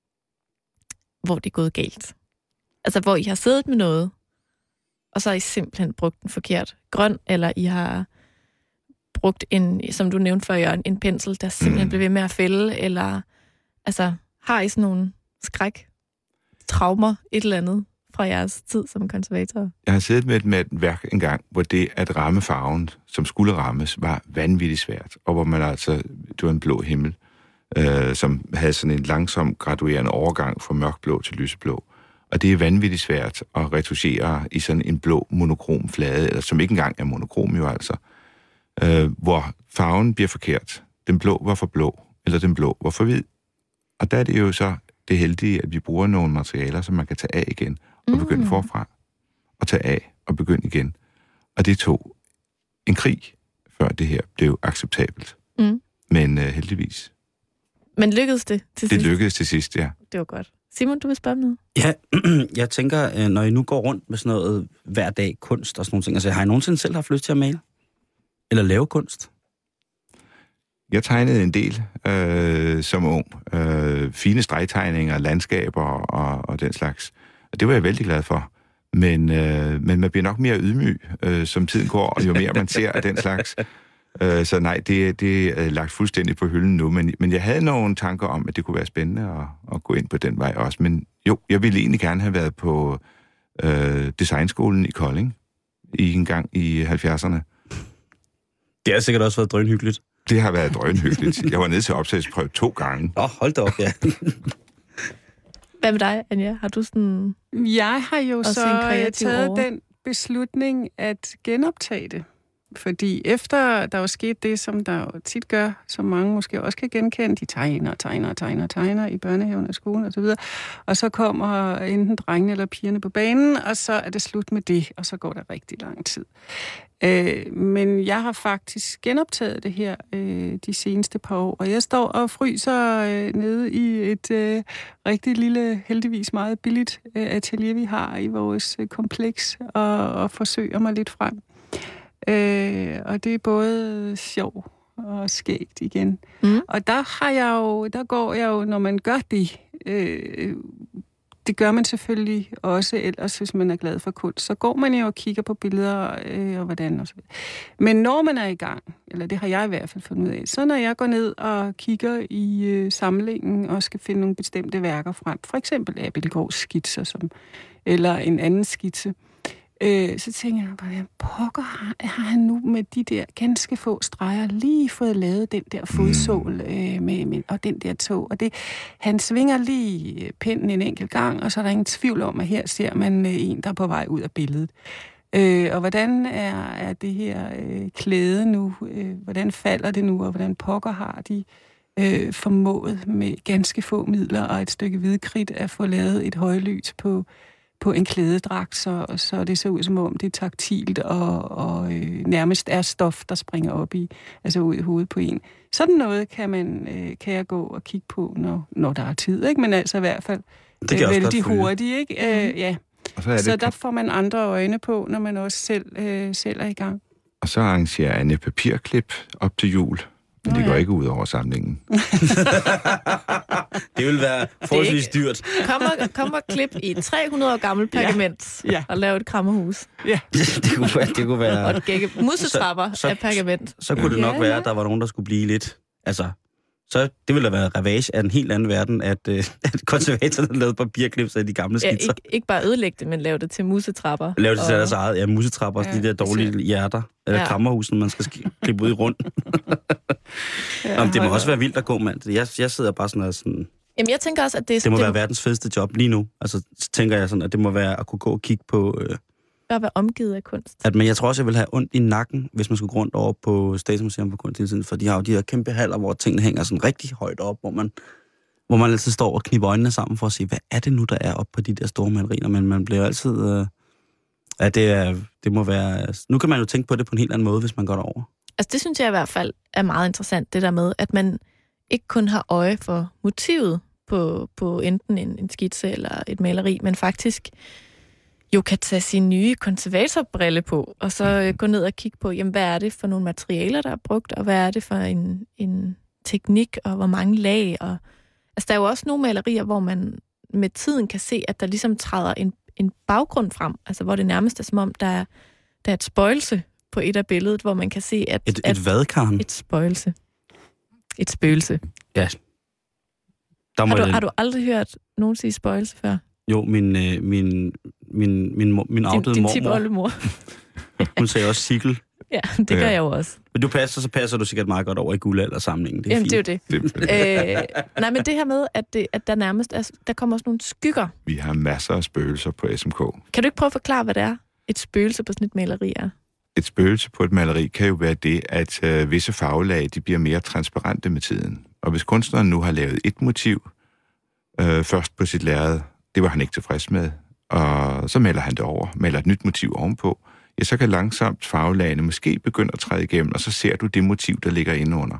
hvor det er gået galt? Altså, hvor I har siddet med noget, og så har I simpelthen brugt den forkert grøn, eller I har brugt en, som du nævnte før, Jørgen, en pensel, der simpelthen mm. blev ved med at fælde, eller altså, har I sådan nogle skræk, traumer, et eller andet fra jeres tid som konservator? Jeg har siddet med et, med et værk engang, hvor det at ramme farven, som skulle rammes, var vanvittigt svært, og hvor man altså, det var en blå himmel, øh, som havde sådan en langsom graduerende overgang fra mørkblå til lyseblå. Og det er vanvittigt svært at retusere i sådan en blå monokrom flade, eller som ikke engang er monokrom jo altså, øh, hvor farven bliver forkert. Den blå var for blå, eller den blå var for hvid. Og der er det jo så det heldige, at vi bruger nogle materialer, som man kan tage af igen, og mm. begynde forfra, og tage af og begynde igen. Og det tog en krig, før det her blev acceptabelt. Mm. Men øh, heldigvis. Men lykkedes det til sidst? Det lykkedes til sidst, ja. Det var godt. Simon, du vil spørge noget? Ja, jeg tænker, når I nu går rundt med sådan noget hver dag, kunst og sådan nogle ting, altså har I nogensinde selv haft lyst til at male? Eller lave kunst? Jeg tegnede en del øh, som ung. Øh, fine stregtegninger, landskaber og, og den slags. Og det var jeg vældig glad for. Men, øh, men man bliver nok mere ydmyg, øh, som tiden går, og jo mere man ser af den slags. Øh, så nej, det, det er lagt fuldstændig på hylden nu. Men, men jeg havde nogle tanker om, at det kunne være spændende at, at gå ind på den vej også. Men jo, jeg ville egentlig gerne have været på øh, designskolen i Kolding i en gang i halvfjerdserne. Det har sikkert også været drønhyggeligt. Det har været drønhyggeligt. Jeg var nede til optagelsesprøve to gange. Åh, oh, hold da op, ja. Hvad med dig, Anja? Har du sådan... Jeg har jo så taget over? den beslutning at genoptage det. Fordi efter der var sket det, som der jo tit gør, som mange måske også kan genkende, de tegner, tegner, tegner, tegner i børnehaven og skolen osv., og, og så kommer enten drengene eller pigerne på banen, og så er det slut med det, og så går der rigtig lang tid. Øh, men jeg har faktisk genoptaget det her øh, de seneste par år, og jeg står og fryser øh, nede i et øh, rigtig lille, heldigvis meget billigt øh, atelier, vi har i vores øh, kompleks, og, og forsøger mig lidt frem. Øh, og det er både sjov og skægt igen. Mm. Og der har jeg jo, der går jeg jo, når man gør det, øh, det gør man selvfølgelig også ellers, hvis man er glad for kunst, så går man jo og kigger på billeder øh, og hvordan og så videre. Men når man er i gang, eller det har jeg i hvert fald fundet ud af, så når jeg går ned og kigger i øh, samlingen og skal finde nogle bestemte værker frem, for eksempel Abildgaards skitser, som, eller en anden skitse, Øh, så tænker jeg bare, pokker har, har han nu med de der ganske få streger lige fået lavet den der fodsål øh, med, med, og den der tog. Og det, han svinger lige pinden en enkelt gang, og så er der ingen tvivl om, at her ser man øh, en, der er på vej ud af billedet. Øh, og hvordan er, er det her øh, klæde nu? Øh, hvordan falder det nu, og hvordan pokker har de øh, formået med ganske få midler og et stykke hvidkridt at få lavet et højlys på på en klædedragt, så, så det ser ud som om det er taktilt og, og øh, nærmest er stof, der springer op i, altså ud i hovedet på en. Sådan noget kan man øh, kan jeg gå og kigge på, når, når der er tid, ikke? Men altså i hvert fald øh, vældig hurtigt, ikke? Øh, ja. Så, så der får man andre øjne på, når man også selv, øh, selv er i gang. Og så arrangerer Anne papirklip op til jul. Men det går ikke ud over samlingen. Det vil være forholdsvis dyrt. Kom og, kom og klip i et tre hundrede år gammelt pergament ja. Ja. Og lave et krammerhus. Ja. det, kunne være, det kunne være... Og et gække musetrapper så, så, af pergament. Så, så kunne det nok ja, være, at der var nogen, der skulle blive lidt... Altså, så det ville da være ravage af en helt anden verden, at, øh, at konservatorerne lavede papirklipser af de gamle skitser. Ja, ikke, ikke bare ødelægge det, men lave det til musetrapper. Lave det til og... deres eget, ja, musetrapper, ja, de der dårlige det hjerter, eller ja. Krammerhusen, man skal klippe ud i rundt. ja, Jamen, det må også være vildt at gå, mand. Jeg, jeg sidder bare sådan og sådan... Jamen, jeg tænker også, at det... Det må det... være verdens fedeste job lige nu. Altså, tænker jeg sådan, at det må være at kunne gå og kigge på... Øh, at være omgivet af kunst. At, men jeg tror også, jeg ville have ondt i nakken, hvis man skulle gå rundt over på Statens Museum for Kunst hele tiden, for de har jo de her kæmpe haller, hvor tingene hænger sådan rigtig højt op, hvor man, hvor man altid står og kniber øjnene sammen for at se, hvad er det nu, der er oppe på de der store malerier, men man bliver altid... Øh, Ja, det, er, det må være... Nu kan man jo tænke på det på en helt anden måde, hvis man går derover. Altså det synes jeg i hvert fald er meget interessant, det der med, at man ikke kun har øje for motivet på, på enten en, en skitse eller et maleri, men faktisk jo kan tage sin nye konservatorbrille på, og så øh, gå ned og kigge på, jamen, hvad er det for nogle materialer, der er brugt, og hvad er det for en, en teknik, og hvor mange lag. Og, altså, der er jo også nogle malerier, hvor man med tiden kan se, at der ligesom træder en, en baggrund frem, altså hvor det nærmest er som om, der er, der er et spøgelse på et af billedet, hvor man kan se, at... Et, at, et hvad, Karen? Et spøgelse. Et spøgelse. Ja. Der må har, du, det... har du aldrig hørt nogen sige spøgelse før? Jo, min, øh, min, min, min, min afdøde din, mormor. Din tipoldemor. Hun sagde også sikkel. Ja, det gør ja. jeg jo også. Men du passer, så passer du sikkert meget godt over i guldaldersamlingen. Det er Jamen, fint. det er jo det. øh, nej, men det her med, at, det, at der nærmest er, der kommer også nogle skygger. Vi har masser af spøgelser på S M K. Kan du ikke prøve at forklare, hvad det er, et spøgelse på sådan et maleri er? Et spøgelse på et maleri kan jo være det, at øh, visse farvelag de bliver mere transparente med tiden. Og hvis kunstneren nu har lavet et motiv øh, først på sit lærred, det var han ikke tilfreds med, og så maler han det over, maler et nyt motiv ovenpå, ja, så kan langsomt farvelagene måske begynde at træde igennem, og så ser du det motiv, der ligger inde under.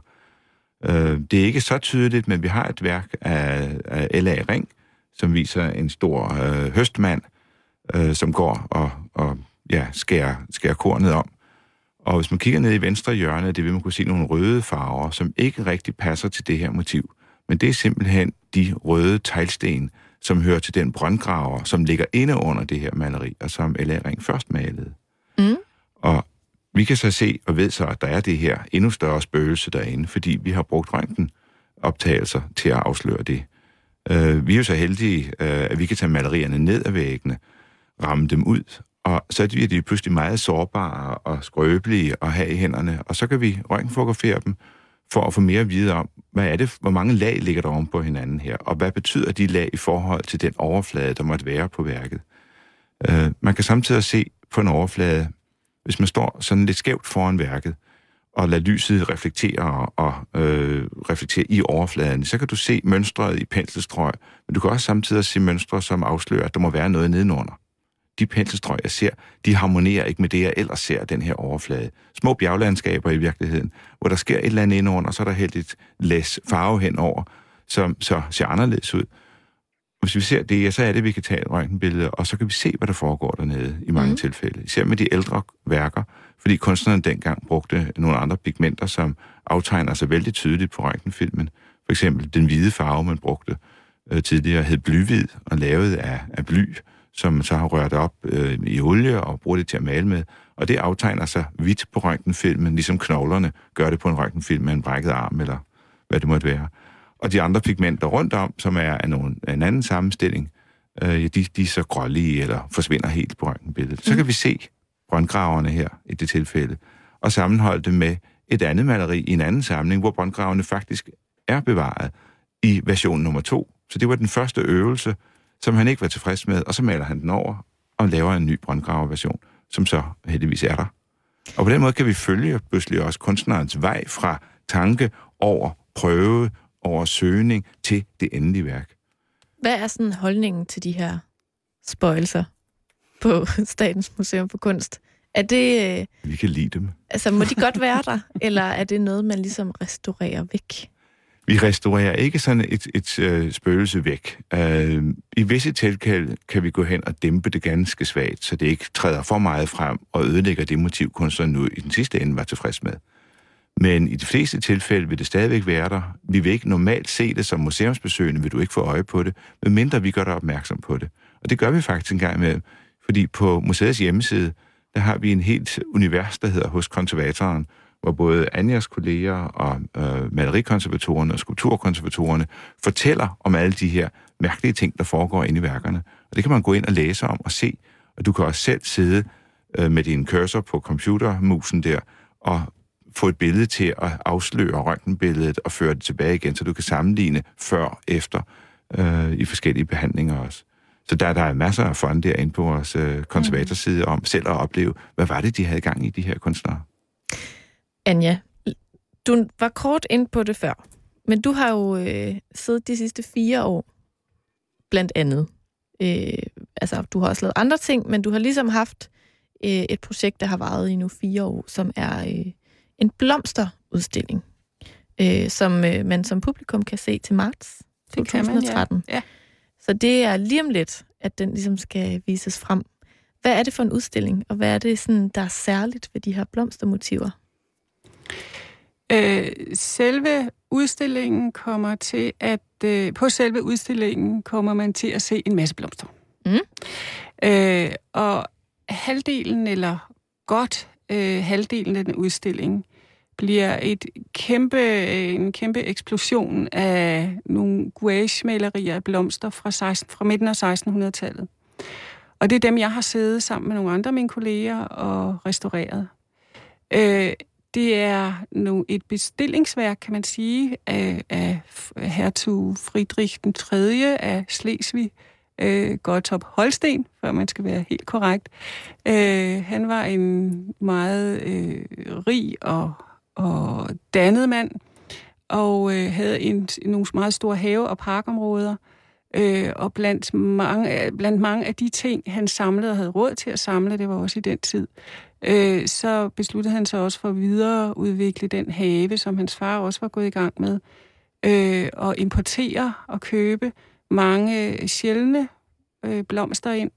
Øh, det er ikke så tydeligt, men vi har et værk af, af L A Ring, som viser en stor øh, høstmand, øh, som går og, og ja, skærer, skærer kornet om. Og hvis man kigger ned i venstre hjørne, det vil man kunne se nogle røde farver, som ikke rigtig passer til det her motiv. Men det er simpelthen de røde teglsten, som hører til den brøndgraver, som ligger inde under det her maleri, og som L A Ring først malede. Mm. Og vi kan så se og ved så, at der er det her endnu større spøgelse derinde, fordi vi har brugt røntgenoptagelser til at afsløre det. Uh, vi er jo så heldige, uh, at vi kan tage malerierne ned ad væggene, ramme dem ud, og så bliver de pludselig meget sårbare og skrøbelige at have i hænderne, og så kan vi røntgenfotografere dem for at få mere at vide om, hvad er det, hvor mange lag ligger der oven på hinanden her, og hvad betyder de lag i forhold til den overflade, der måtte være på værket. Uh, man kan samtidig se på en overflade, hvis man står sådan lidt skævt foran værket, og lader lyset reflektere og øh, reflektere i overfladen, så kan du se mønstret i penselstrøg, men du kan også samtidig se mønstre, som afslører, at der må være noget nedenunder. De penselstrøg, jeg ser, de harmonerer ikke med det, jeg ellers ser, den her overflade. Små bjerglandskaber i virkeligheden, hvor der sker et eller andet indenunder, og så er der helt et læs farve henover, som så ser anderledes ud. Hvis vi ser det, så er det, vi kan tage et røntgenbillede, og så kan vi se, hvad der foregår dernede i mange mm. tilfælde. Især med de ældre værker, fordi kunstneren dengang brugte nogle andre pigmenter, som aftegner sig vældig tydeligt på røntgenfilmen. For eksempel den hvide farve, man brugte øh, tidligere, hed blyhvid og lavet af, af bly, som så har rørt op øh, i olie og bruger det til at male med. Og det aftegner sig hvidt på røntgenfilmen, ligesom knoglerne gør det på en røntgenfilm med en brækket arm, eller hvad det måtte være. Og de andre pigmenter rundt om, som er af, nogle, af en anden sammenstilling, øh, de, de er så grålige eller forsvinder helt på røntgenbilledet. Så kan vi se brøndgraverne her i det tilfælde, og sammenholde det med et andet maleri i en anden samling, hvor brøndgraverne faktisk er bevaret i version nummer to. Så det var den første øvelse, som han ikke var tilfreds med, og så maler han den over og laver en ny brøndgraverversion, som så heldigvis er der. Og på den måde kan vi følge pludselig også kunstnerens vej fra tanke over prøve, over søgning til det endelige værk. Hvad er sådan holdningen til de her spøgelser på Statens Museum for Kunst? Er det... Vi kan lide dem. Altså, må de godt være der, eller er det noget, man ligesom restaurerer væk? Vi restaurerer ikke sådan et, et, et spøgelse væk. Uh, I visse tilfælde kan vi gå hen og dæmpe det ganske svagt, så det ikke træder for meget frem og ødelægger det motiv, kunstneren nu i den sidste ende var tilfreds med. Men i de fleste tilfælde vil det stadigvæk være der. Vi vil ikke normalt se det som museumsbesøgende, vil du ikke få øje på det, medmindre vi gør dig opmærksom på det. Og det gør vi faktisk en gang med, fordi på museets hjemmeside, der har vi en helt univers, der hedder Hos Konservatoren, hvor både Anjas kolleger og øh, malerikonservatorerne og skulpturkonservatorerne fortæller om alle de her mærkelige ting, der foregår inde i værkerne. Og det kan man gå ind og læse om og se, og du kan også selv sidde øh, med din cursor på computermusen der og få et billede til at afsløre røntgenbilledet og føre det tilbage igen, så du kan sammenligne før og efter øh, i forskellige behandlinger også. Så der, der er masser af fun derinde på vores øh, konservatorside om selv at opleve, hvad var det, de havde gang i, de her kunstnere. Anja, du var kort ind på det før, men du har jo øh, siddet de sidste fire år, blandt andet. Øh, altså, du har også lavet andre ting, men du har ligesom haft øh, et projekt, der har varet i nu fire år, som er øh, en blomsterudstilling, øh, som øh, man som publikum kan se til marts to tusind og tretten. Man, ja. Ja. Så det er lige om lidt, at den ligesom skal vises frem. Hvad er det for en udstilling, og hvad er det, sådan, der er særligt ved de her blomstermotiver? Øh, selve udstillingen kommer til at... Øh, på selve udstillingen kommer man til at se en masse blomster. Mm. Øh, og halvdelen, eller godt øh, halvdelen af den udstilling, bliver et kæmpe, en kæmpe eksplosion af nogle gouache-malerier af blomster fra, seksten, fra midten af sekstenhundredetallet. Og det er dem, jeg har siddet sammen med nogle andre af mine kolleger og restaureret. Øh, det er nu et bestillingsværk, kan man sige, af, af hertug Friedrich den tredje af Slesvig, øh, Gottorp Holsten, for man skal være helt korrekt. Øh, han var en meget øh, rig og, og dannet mand, og øh, havde en, nogle meget store have- og parkområder. Øh, og blandt mange, blandt mange af de ting, han samlede og havde råd til at samle, det var også i den tid, øh, så besluttede han sig også for at videreudvikle den have, som hans far også var gået i gang med, øh, og importere og købe mange sjældne øh, blomster ind.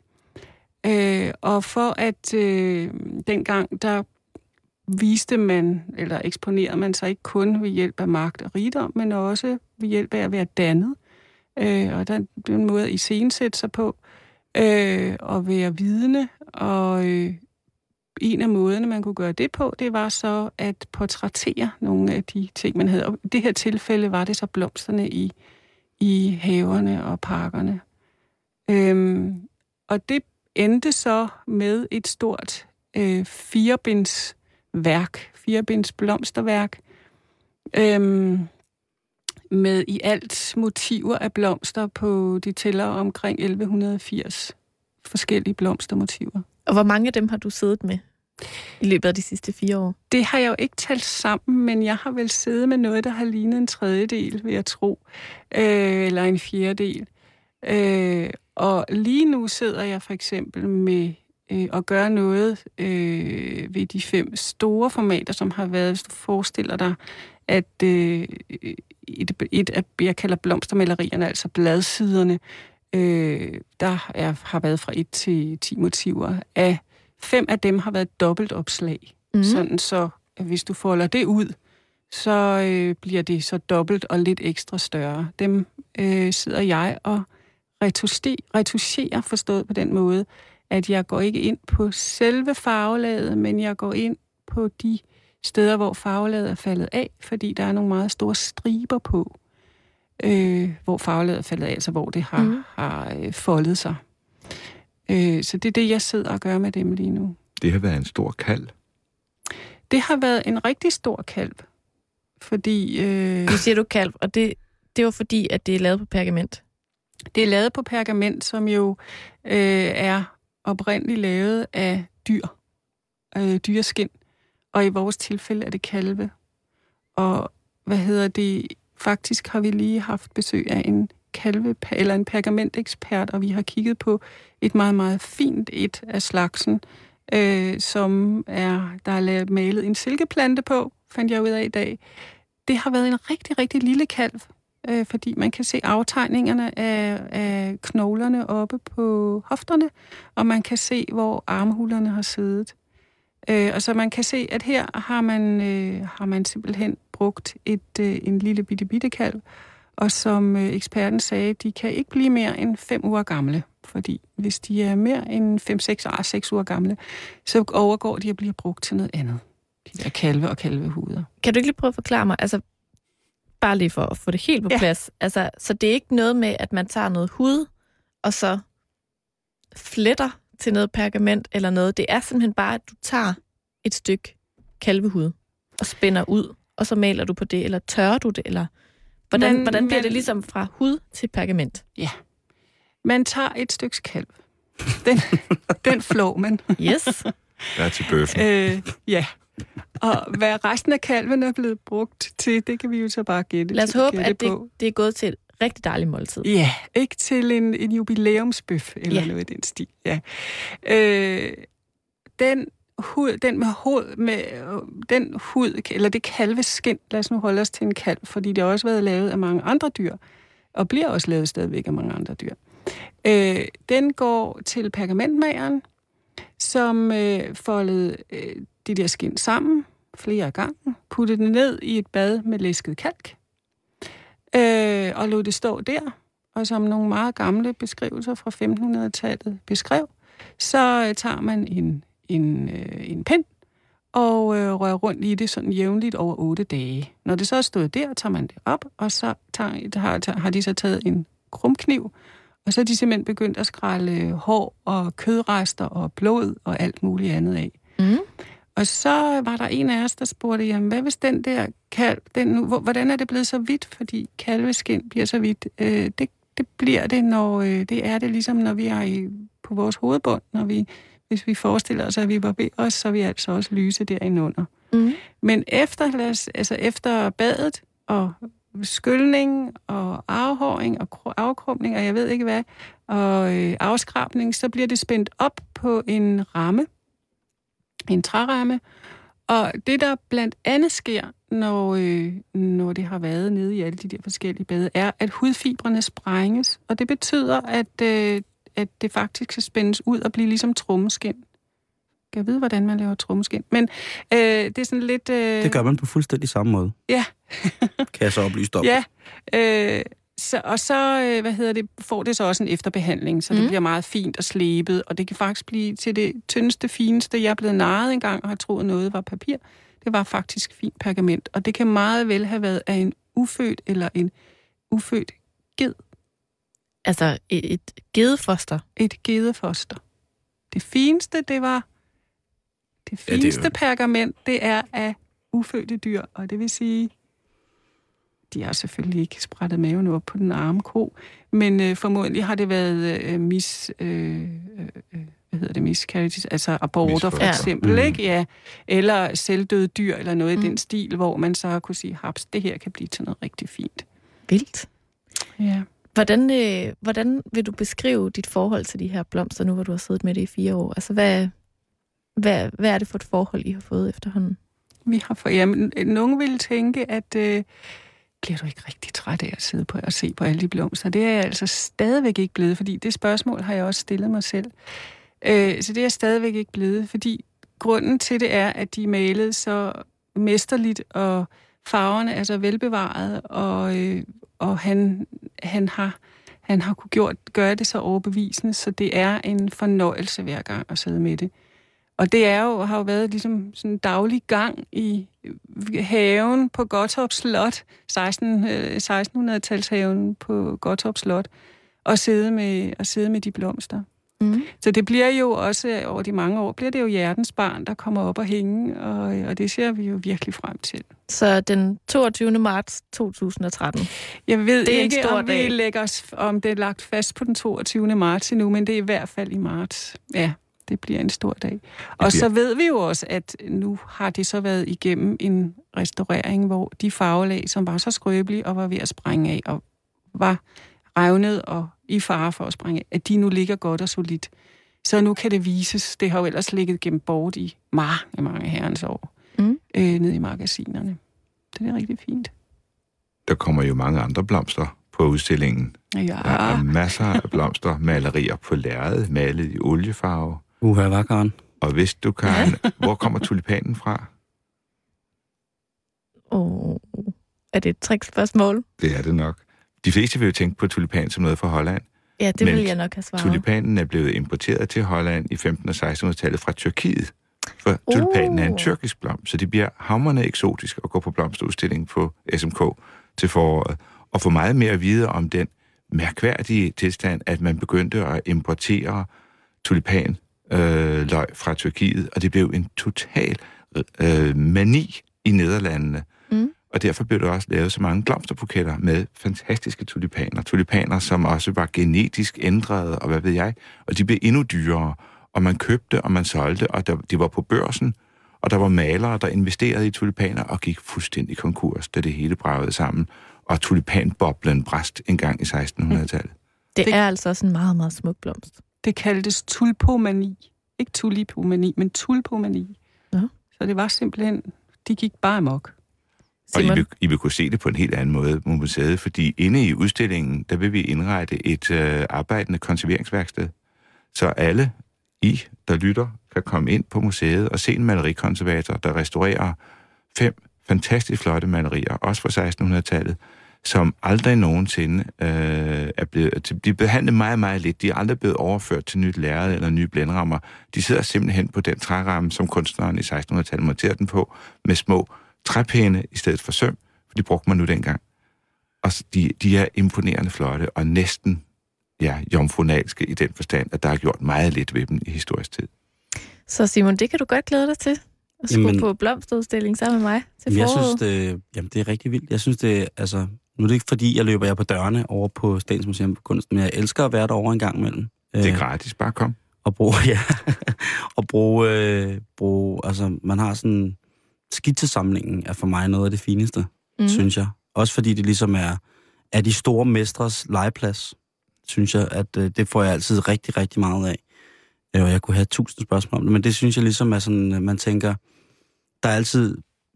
Øh, og for at øh, dengang, der viste man, eller eksponerede man sig ikke kun ved hjælp af magt og rigdom, men også ved hjælp af at være dannet. Øh, og der er en måde at iscenesætte sig på, øh, og være vidne, og øh, en af måderne, man kunne gøre det på, det var så at portrættere nogle af de ting, man havde. Og i det her tilfælde var det så blomsterne i, i haverne og parkerne. Øhm, og det endte så med et stort øh, firebinds værk, firebinds blomsterværk, øhm, med i alt motiver af blomster på, de tæller omkring elleve firs forskellige blomstermotiver. Og hvor mange af dem har du siddet med i løbet af de sidste fire år? Det har jeg jo ikke talt sammen, men jeg har vel siddet med noget, der har lignet en tredjedel, vil jeg tro, øh, eller en fjerdedel. Øh, og lige nu sidder jeg for eksempel med øh, at gøre noget øh, ved de fem store formater, som har været, hvis du forestiller dig, at øh, et, et af, jeg kalder blomstermalerierne, altså bladsiderne, øh, der er, har været fra et til ti motiver. Af fem af dem har været dobbeltopslag. Mm. Sådan så, hvis du folder det ud, så øh, bliver det så dobbelt og lidt ekstra større. Dem øh, sidder jeg og retusherer, forstået på den måde, at jeg går ikke ind på selve farvelaget, men jeg går ind på de steder, hvor farvelaget er faldet af, fordi der er nogle meget store striber på, øh, hvor farvelaget er faldet af, altså hvor det har, mm. har øh, foldet sig. Øh, så det er det, jeg sidder og gør med dem lige nu. Det har været en stor kalv. Det har været en rigtig stor kalv, fordi... Øh, nu siger du kalv, og det, det var fordi, at det er lavet på pergament. Det er lavet på pergament, som jo øh, er oprindeligt lavet af dyr, øh, dyreskin. Og i vores tilfælde er det kalve. Og hvad hedder det? Faktisk har vi lige haft besøg af en kalve, eller en pergamentekspert, og vi har kigget på et meget, meget fint et af slagsen, øh, som er, der er lavet malet en silkeplante på, fandt jeg ud af i dag. Det har været en rigtig, rigtig lille kalv, øh, fordi man kan se aftegningerne af, af knoglerne oppe på hofterne, og man kan se, hvor armhulerne har siddet. Øh, og så man kan se, at her har man, øh, har man simpelthen brugt et, øh, en lille bitte bitte kalv, og som øh, eksperten sagde, de kan ikke blive mere end fem uger gamle, fordi hvis de er mere end fem, seks, seks uger gamle, så overgår de at blive brugt til noget andet. De der kalve og kalvehuder. Kan du ikke lige prøve at forklare mig, altså bare lige for at få det helt på ja. plads, altså, så det er ikke noget med, at man tager noget hud, og så fletter til noget pergament eller noget. Det er simpelthen bare, at du tager et stykke kalvehud og spænder ud, og så maler du på det, eller tørrer du det, eller hvordan, man, hvordan bliver man, det ligesom fra hud til pergament? Ja, man tager et stykke kalv. Den, den flår man. Yes. Der er til bøffen. Øh, ja. Og hvad resten af kalven er blevet brugt til, det kan vi jo så bare gætte. Lad os håbe, at det, det er gået til et rigtig dejligt måltid. Ja, ikke til en, en jubilæumsbøf eller ja. noget i den stil. Ja. Øh, den hud, den med hud, med den hud, eller det kalveskind, lad os nu holde os til en kalv, fordi det har også været lavet af mange andre dyr, og bliver også lavet stadigvæk af mange andre dyr. Øh, den går til pergamentmageren, som øh, foldede øh, de der skind sammen flere gange, puttede det ned i et bad med læsket kalk, øh, og lod det stå der, og som nogle meget gamle beskrivelser fra femtenhundredetallet beskrev, så øh, tager man en, en, øh, en pind og øh, rører rundt i det sådan jævnligt over otte dage. Når det så er stået der, tager man det op, og så tager, har, har de så taget en krumkniv, og så er de simpelthen begyndt at skrælle hår og kødrester og blod og alt muligt andet af. Mm. Og så var der en af os, der spurgte, jamen, hvad hvis den der kalv, den nu, hvordan er det blevet så hvidt? Fordi kalveskind bliver så hvidt. Øh, det, det bliver det, når øh, det er det ligesom, når vi er i, på vores hovedbund, når vi, hvis vi forestiller os, at vi barberer os, så er vi altså også lyse derinde. Mm. Men efter, altså efter badet og skyldning og afhåring og afkrumning, og jeg ved ikke hvad, og øh, afskrabning, så bliver det spændt op på en ramme, en træramme, og det, der blandt andet sker, når, øh, når det har været nede i alle de der forskellige bade, er, at hudfibrene sprænges, og det betyder, at, øh, at det faktisk skal spændes ud og blive ligesom trommeskind. Kan jeg vide, hvordan man laver trommeskind? Men øh, det er sådan lidt... Øh... Det gør man på fuldstændig samme måde. Ja. Kan jeg så oplyse om? Ja. Øh, så, og så, øh, hvad hedder det, får det så også en efterbehandling, så mm. det bliver meget fint og slebet, og det kan faktisk blive til det tyndeste, fineste. Jeg er blevet narret engang og har troet noget var papir. Det var faktisk fint pergament, og det kan meget vel have været af en ufødt eller en ufødt ged. Altså et, et gedefoster? Et gedefoster. Det fineste, det var... Det fineste ja, det jo... pergament, det er af ufødte dyr, og det vil sige, de har selvfølgelig ikke sprættet maven op på den arme ko, men øh, formodentlig har det været øh, mis... Øh, øh, hvad hedder det, miscarriages, altså aborter for eksempel, ja. Ikke? Ja. Eller selvdøde dyr, eller noget mm. i den stil, hvor man så kunne sige, haps, det her kan blive til noget rigtig fint. Vildt. Ja. Hvordan, øh, hvordan vil du beskrive dit forhold til de her blomster, nu hvor du har siddet med det i fire år? Altså, hvad, hvad, hvad er det for et forhold, I har fået efterhånden? Vi har fået, jamen, nogen ville tænke, at øh, bliver du ikke rigtig træt af at sidde på og se på alle de blomster? Det er jeg altså stadigvæk ikke blevet, fordi det spørgsmål har jeg også stillet mig selv. Øh, så det er jeg stadigvæk ikke blevet, fordi grunden til det er, at de er malet så mesterligt, og farverne er så velbevaret, og, øh, og han, han har han har kunne gjort, gøre det så overbevisende, så det er en fornøjelse hver gang at sidde med det. Og det er jo, har jo været ligesom sådan en daglig gang i haven på Gottorp Slot, sekstenhundrede-talshaven på Gottorp Slot, og sidde med, og sidde med de blomster. Mm. Så det bliver jo også, over de mange år, bliver det jo hjertens barn, der kommer op og hænge, og, og det ser vi jo virkelig frem til. Så den toogtyvende marts to tusind og tretten? Jeg ved det er ikke, om dag. vi lægger os, om det er lagt fast på den toogtyvende marts endnu, men det er i hvert fald i marts. Ja, det bliver en stor dag. Og så ved vi jo også, at nu har det så været igennem en restaurering, hvor de farvelag, som var så skrøbelige og var ved at sprænge af, og var revnet og i fare for at sprænge af, at de nu ligger godt og solidt. Så nu kan det vises. Det har jo ellers ligget gemt bort i mange, mange herrens år, mm. øh, nede i magasinerne. Det er rigtig fint. Der kommer jo mange andre blomster på udstillingen. Ja. Der er masser af blomster, malerier på lærred, malet i oliefarve. Uha, vakkeren. Og hvis du kan, ja. Hvor kommer tulipanen fra? Åh, oh, er det et trickspørgsmål? Det er det nok. De fleste vil jo tænke på tulipan som noget fra Holland. Ja, det vil jeg nok have svaret. Tulipanen er blevet importeret til Holland i femten- og sekstenhundredetallet fra Tyrkiet. For uh. tulipanen er en tyrkisk blomst, så det bliver hamrende eksotisk at gå på blomsterudstilling på S M K til foråret. Og få meget mere at vide om den mærkværdige tilstand, at man begyndte at importere tulipan øh, løg fra Tyrkiet, og det blev en total øh, mani i Nederlandene. Mm. Og derfor blev der også lavet så mange blomsterbuketter med fantastiske tulipaner. Tulipaner, som også var genetisk ændrede, og hvad ved jeg. Og de blev endnu dyrere. Og man købte, og man solgte, og der, de var på børsen. Og der var malere, der investerede i tulipaner og gik fuldstændig konkurs, da det hele bragede sammen. Og tulipanboblen brast en gang i sekstenhundredetallet. Det er altså også en meget, meget smuk blomst. Det kaldtes tulpomani. ikke tulipomani, men tulpomani. Ja. Så det var simpelthen, de gik bare amok. Og I vil, I vil kunne se det på en helt anden måde på museet, fordi inde i udstillingen, der vil vi indrette et øh, arbejdende konserveringsværksted. Så alle I, der lytter, kan komme ind på museet og se en malerikonservator, der restaurerer fem fantastisk flotte malerier, også fra sekstenhundredetallet, som aldrig nogensinde øh, er blevet... De er behandlet meget, meget lidt. De er aldrig blevet overført til nyt lærred eller nye blænderammer. De sidder simpelthen på den træramme, som kunstneren i sekstenhundredetallet monterede den på, med små træpæne i stedet for søm, for de brugte man nu dengang. Og de, de er imponerende flotte, og næsten ja, jomfrunalske i den forstand, at der er gjort meget lidt ved dem i historisk tid. Så Simon, det kan du godt glæde dig til? At skulle jamen, på blomsterudstilling sammen med mig til jeg foråret? synes, det, jamen, det er rigtig vildt. Jeg synes, det altså... Nu er det ikke, fordi jeg løber jeg på dørene over på Statens Museum for Kunst, men jeg elsker at være derovre en gang imellem. Det er gratis, bare kom. Og bruge, ja, og bruge, øh, bruge, altså man har sådan, skitsesamlingen er for mig noget af det fineste, mm. synes jeg. Også fordi det ligesom er, er de store mestres legeplads, synes jeg, at øh, det får jeg altid rigtig, rigtig meget af. Og jeg kunne have tusind spørgsmål om det, men det synes jeg ligesom er sådan, man tænker, der er altid,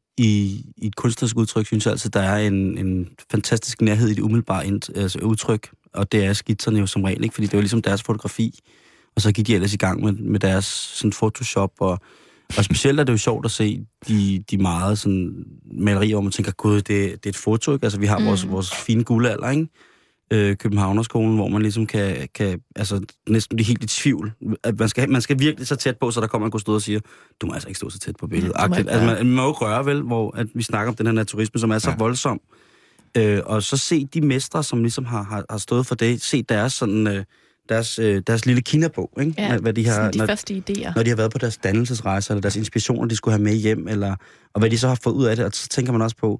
i, i et kunstnerisk udtryk, synes jeg altid, der er en, en fantastisk nærhed i det umiddelbare ind, altså udtryk, og det er skitserne jo som regel, ikke? Fordi det var ligesom deres fotografi, og så gik de ellers i gang med, med deres sådan Photoshop, og, og specielt er det jo sjovt at se de, de meget sådan malerier, hvor man tænker, gud, det, det er et foto, ikke? Altså vi har mm. vores, vores fine guldalder, ikke? Øh, Københavnerskolen, hvor man ligesom kan, kan altså næsten blive helt i tvivl. At man, skal, man skal virkelig så tæt på, så der kommer en god stod og siger, du må altså ikke stå så tæt på billedet. Ja, altså man, man må jo røre vel, hvor at vi snakker om den her naturisme, som er så ja. voldsom. Øh, og så se de mestre, som ligesom har, har, har stået for det, se deres sådan... Øh, Deres, øh, deres lille kinderbog, ikke? Ja, hvad de har, de når, første idéer. Når de har været på deres dannelsesrejser, eller deres inspirationer, de skulle have med hjem, eller, og hvad de så har fået ud af det. Og så tænker man også på,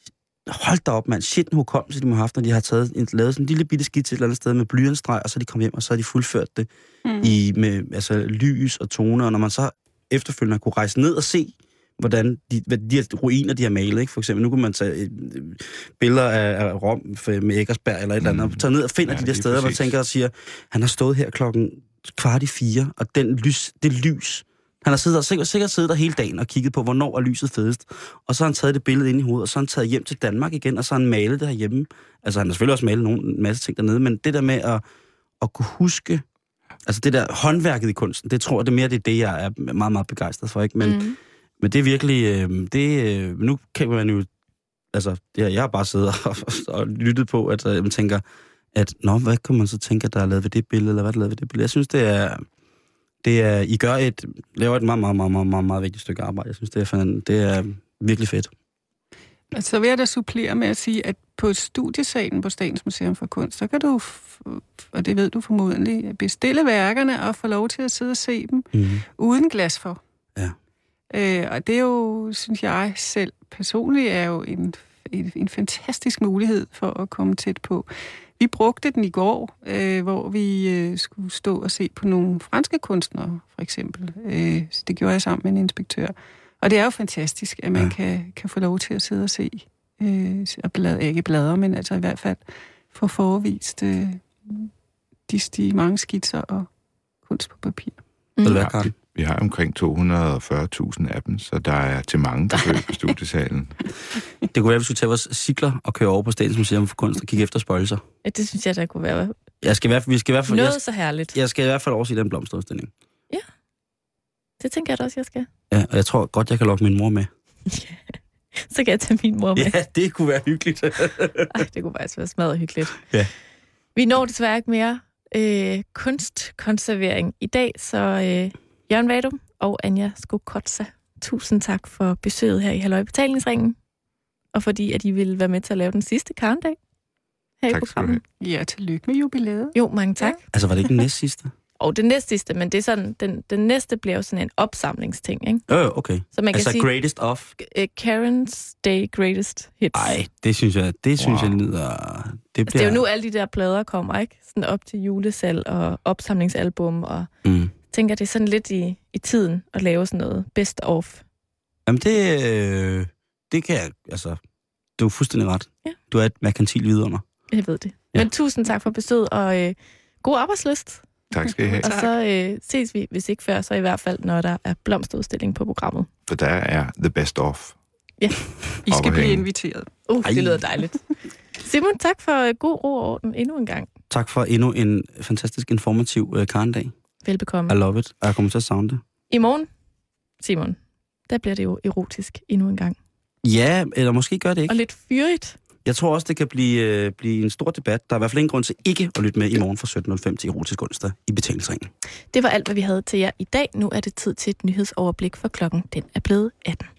hold da op, mand, shit en hukommelse, de må have haft, når de har taget en, lavet sådan en lille bitte skitse et eller andet sted med blyantstreg, og så er de kommet hjem, og så har de fuldført det mm. i, med altså, lys og toner. Og når man så efterfølgende kunne rejse ned og se, hvordan de, hvad de her ruiner, de har malet, ikke? For eksempel, nu kunne man tage øh, billeder af, af Rom med Eckersberg eller et eller andet, og tage ned og finder ja, de der steder, hvor man tænker og siger, han har stået her klokken kvart i fire, og den lys, det lys, han har siddet der, sikkert, sikkert siddet der hele dagen og kigget på, hvornår er lyset fedest, og så har han taget det billede ind i hovedet, og så har han taget hjem til Danmark igen, og så har han malet det herhjemme. Altså, han har selvfølgelig også malet nogle, en masse ting dernede, men det der med at, at kunne huske, altså det der håndværket i kunsten, det tror jeg, det er mere det, er det jeg er meget, meget begejstret for, ikke? Men mm. Men det er virkelig, øh, det, øh, nu kan man jo, altså, det, jeg har bare siddet og, og lyttet på, at øh, man tænker, at, nå, hvad kan man så tænke, at der er lavet ved det billede, eller hvad er der lavet ved det billede? Jeg synes, det er, det er, I gør et, laver et meget, meget, meget, meget, meget, meget vigtigt stykke arbejde. Jeg synes, det er, fanden, det er virkelig fedt. Så vil jeg da supplere med at sige, at på studiesalen på Statens Museum for Kunst, så kan du, og det ved du formodentlig, bestille værkerne og få lov til at sidde og se dem mm. uden glas for. Ja. Øh, og det er jo, synes jeg selv personligt, er jo en, en, en fantastisk mulighed for at komme tæt på. Vi brugte den i går, øh, hvor vi øh, skulle stå og se på nogle franske kunstnere, for eksempel. Øh, så det gjorde jeg sammen med en inspektør. Og det er jo fantastisk, at man ja. kan, kan få lov til at sidde og se, øh, og blad, ikke bladre, men altså i hvert fald få forvist øh, de, de mange skitser og kunst på papir. Mm. Vil du være, Karen? Vi har omkring to hundrede og fyrre tusind af dem, så der er til mange besøg på studiesalen. Det kunne være, at vi skulle tage vores cykler og køre over på Statens Museum for Kunst og kigge efter spøjelser. Ja, det synes jeg, der kunne være. Jeg skal i hvert fald, vi skal i hvert fald, noget jeg, så herligt. Jeg skal i hvert fald overse den blomsterudstilling. Ja, det tænker jeg da også, jeg skal. Ja, og jeg tror godt, jeg kan lokke min mor med. Ja, så kan jeg tage min mor med. Ja, det kunne være hyggeligt. Ej, det kunne faktisk være smadret hyggeligt. Ja. Vi når desværre ikke mere øh, kunstkonservering i dag, så øh, Jørgen Vadum og Anja Skokotsa, tusind tak for besøget her i Halløj Betalingsringen, og fordi at I ville være med til at lave den sidste Karendag her tak i programmet. Ja, tillykke med jubilæet. Jo, mange tak. Ja. Altså, var det ikke den næste sidste? Og den næste sidste, men det er sådan, den, den næste bliver jo sådan en opsamlingsting, ikke? Øh, okay. Så man kan altså sige, greatest of? Karen's Day Greatest Hits. Ej, det synes jeg, det synes wow. jeg lyder... Det, altså, bliver... det er jo nu, alle de der plader kommer, ikke? Sådan op til julesalg og opsamlingsalbum, og mm. jeg tænker, det er sådan lidt i, i tiden at lave sådan noget best of. Jamen, det, øh, det kan jeg, altså... Du er fuldstændig ret. Ja. Du er et merkantil vidunder. Jeg ved det. Ja. Men tusind tak for besøget, og øh, god arbejdslyst. Tak skal I have. Og så øh, ses vi, hvis ikke før, så i hvert fald, når der er blomsterudstilling på programmet. For der er the best of. Ja. I skal blive inviteret. Uh, det lyder dejligt. Simon, tak for god ro og orden endnu en gang. Tak for endnu en fantastisk informativ uh, Karendag. Velbekomme. I love it, og jeg kommer til at savne det. I morgen, Simon, der bliver det jo erotisk endnu en gang. Ja, eller måske gør det ikke. Og lidt fyrigt. Jeg tror også, det kan blive, øh, blive en stor debat. Der er i hvert fald ingen grund til ikke at lytte med i morgen fra sytten nul fem til Erotisk Onsdag i Betalingsringen. Det var alt, hvad vi havde til jer i dag. Nu er det tid til et nyhedsoverblik, for klokken den er blevet atten.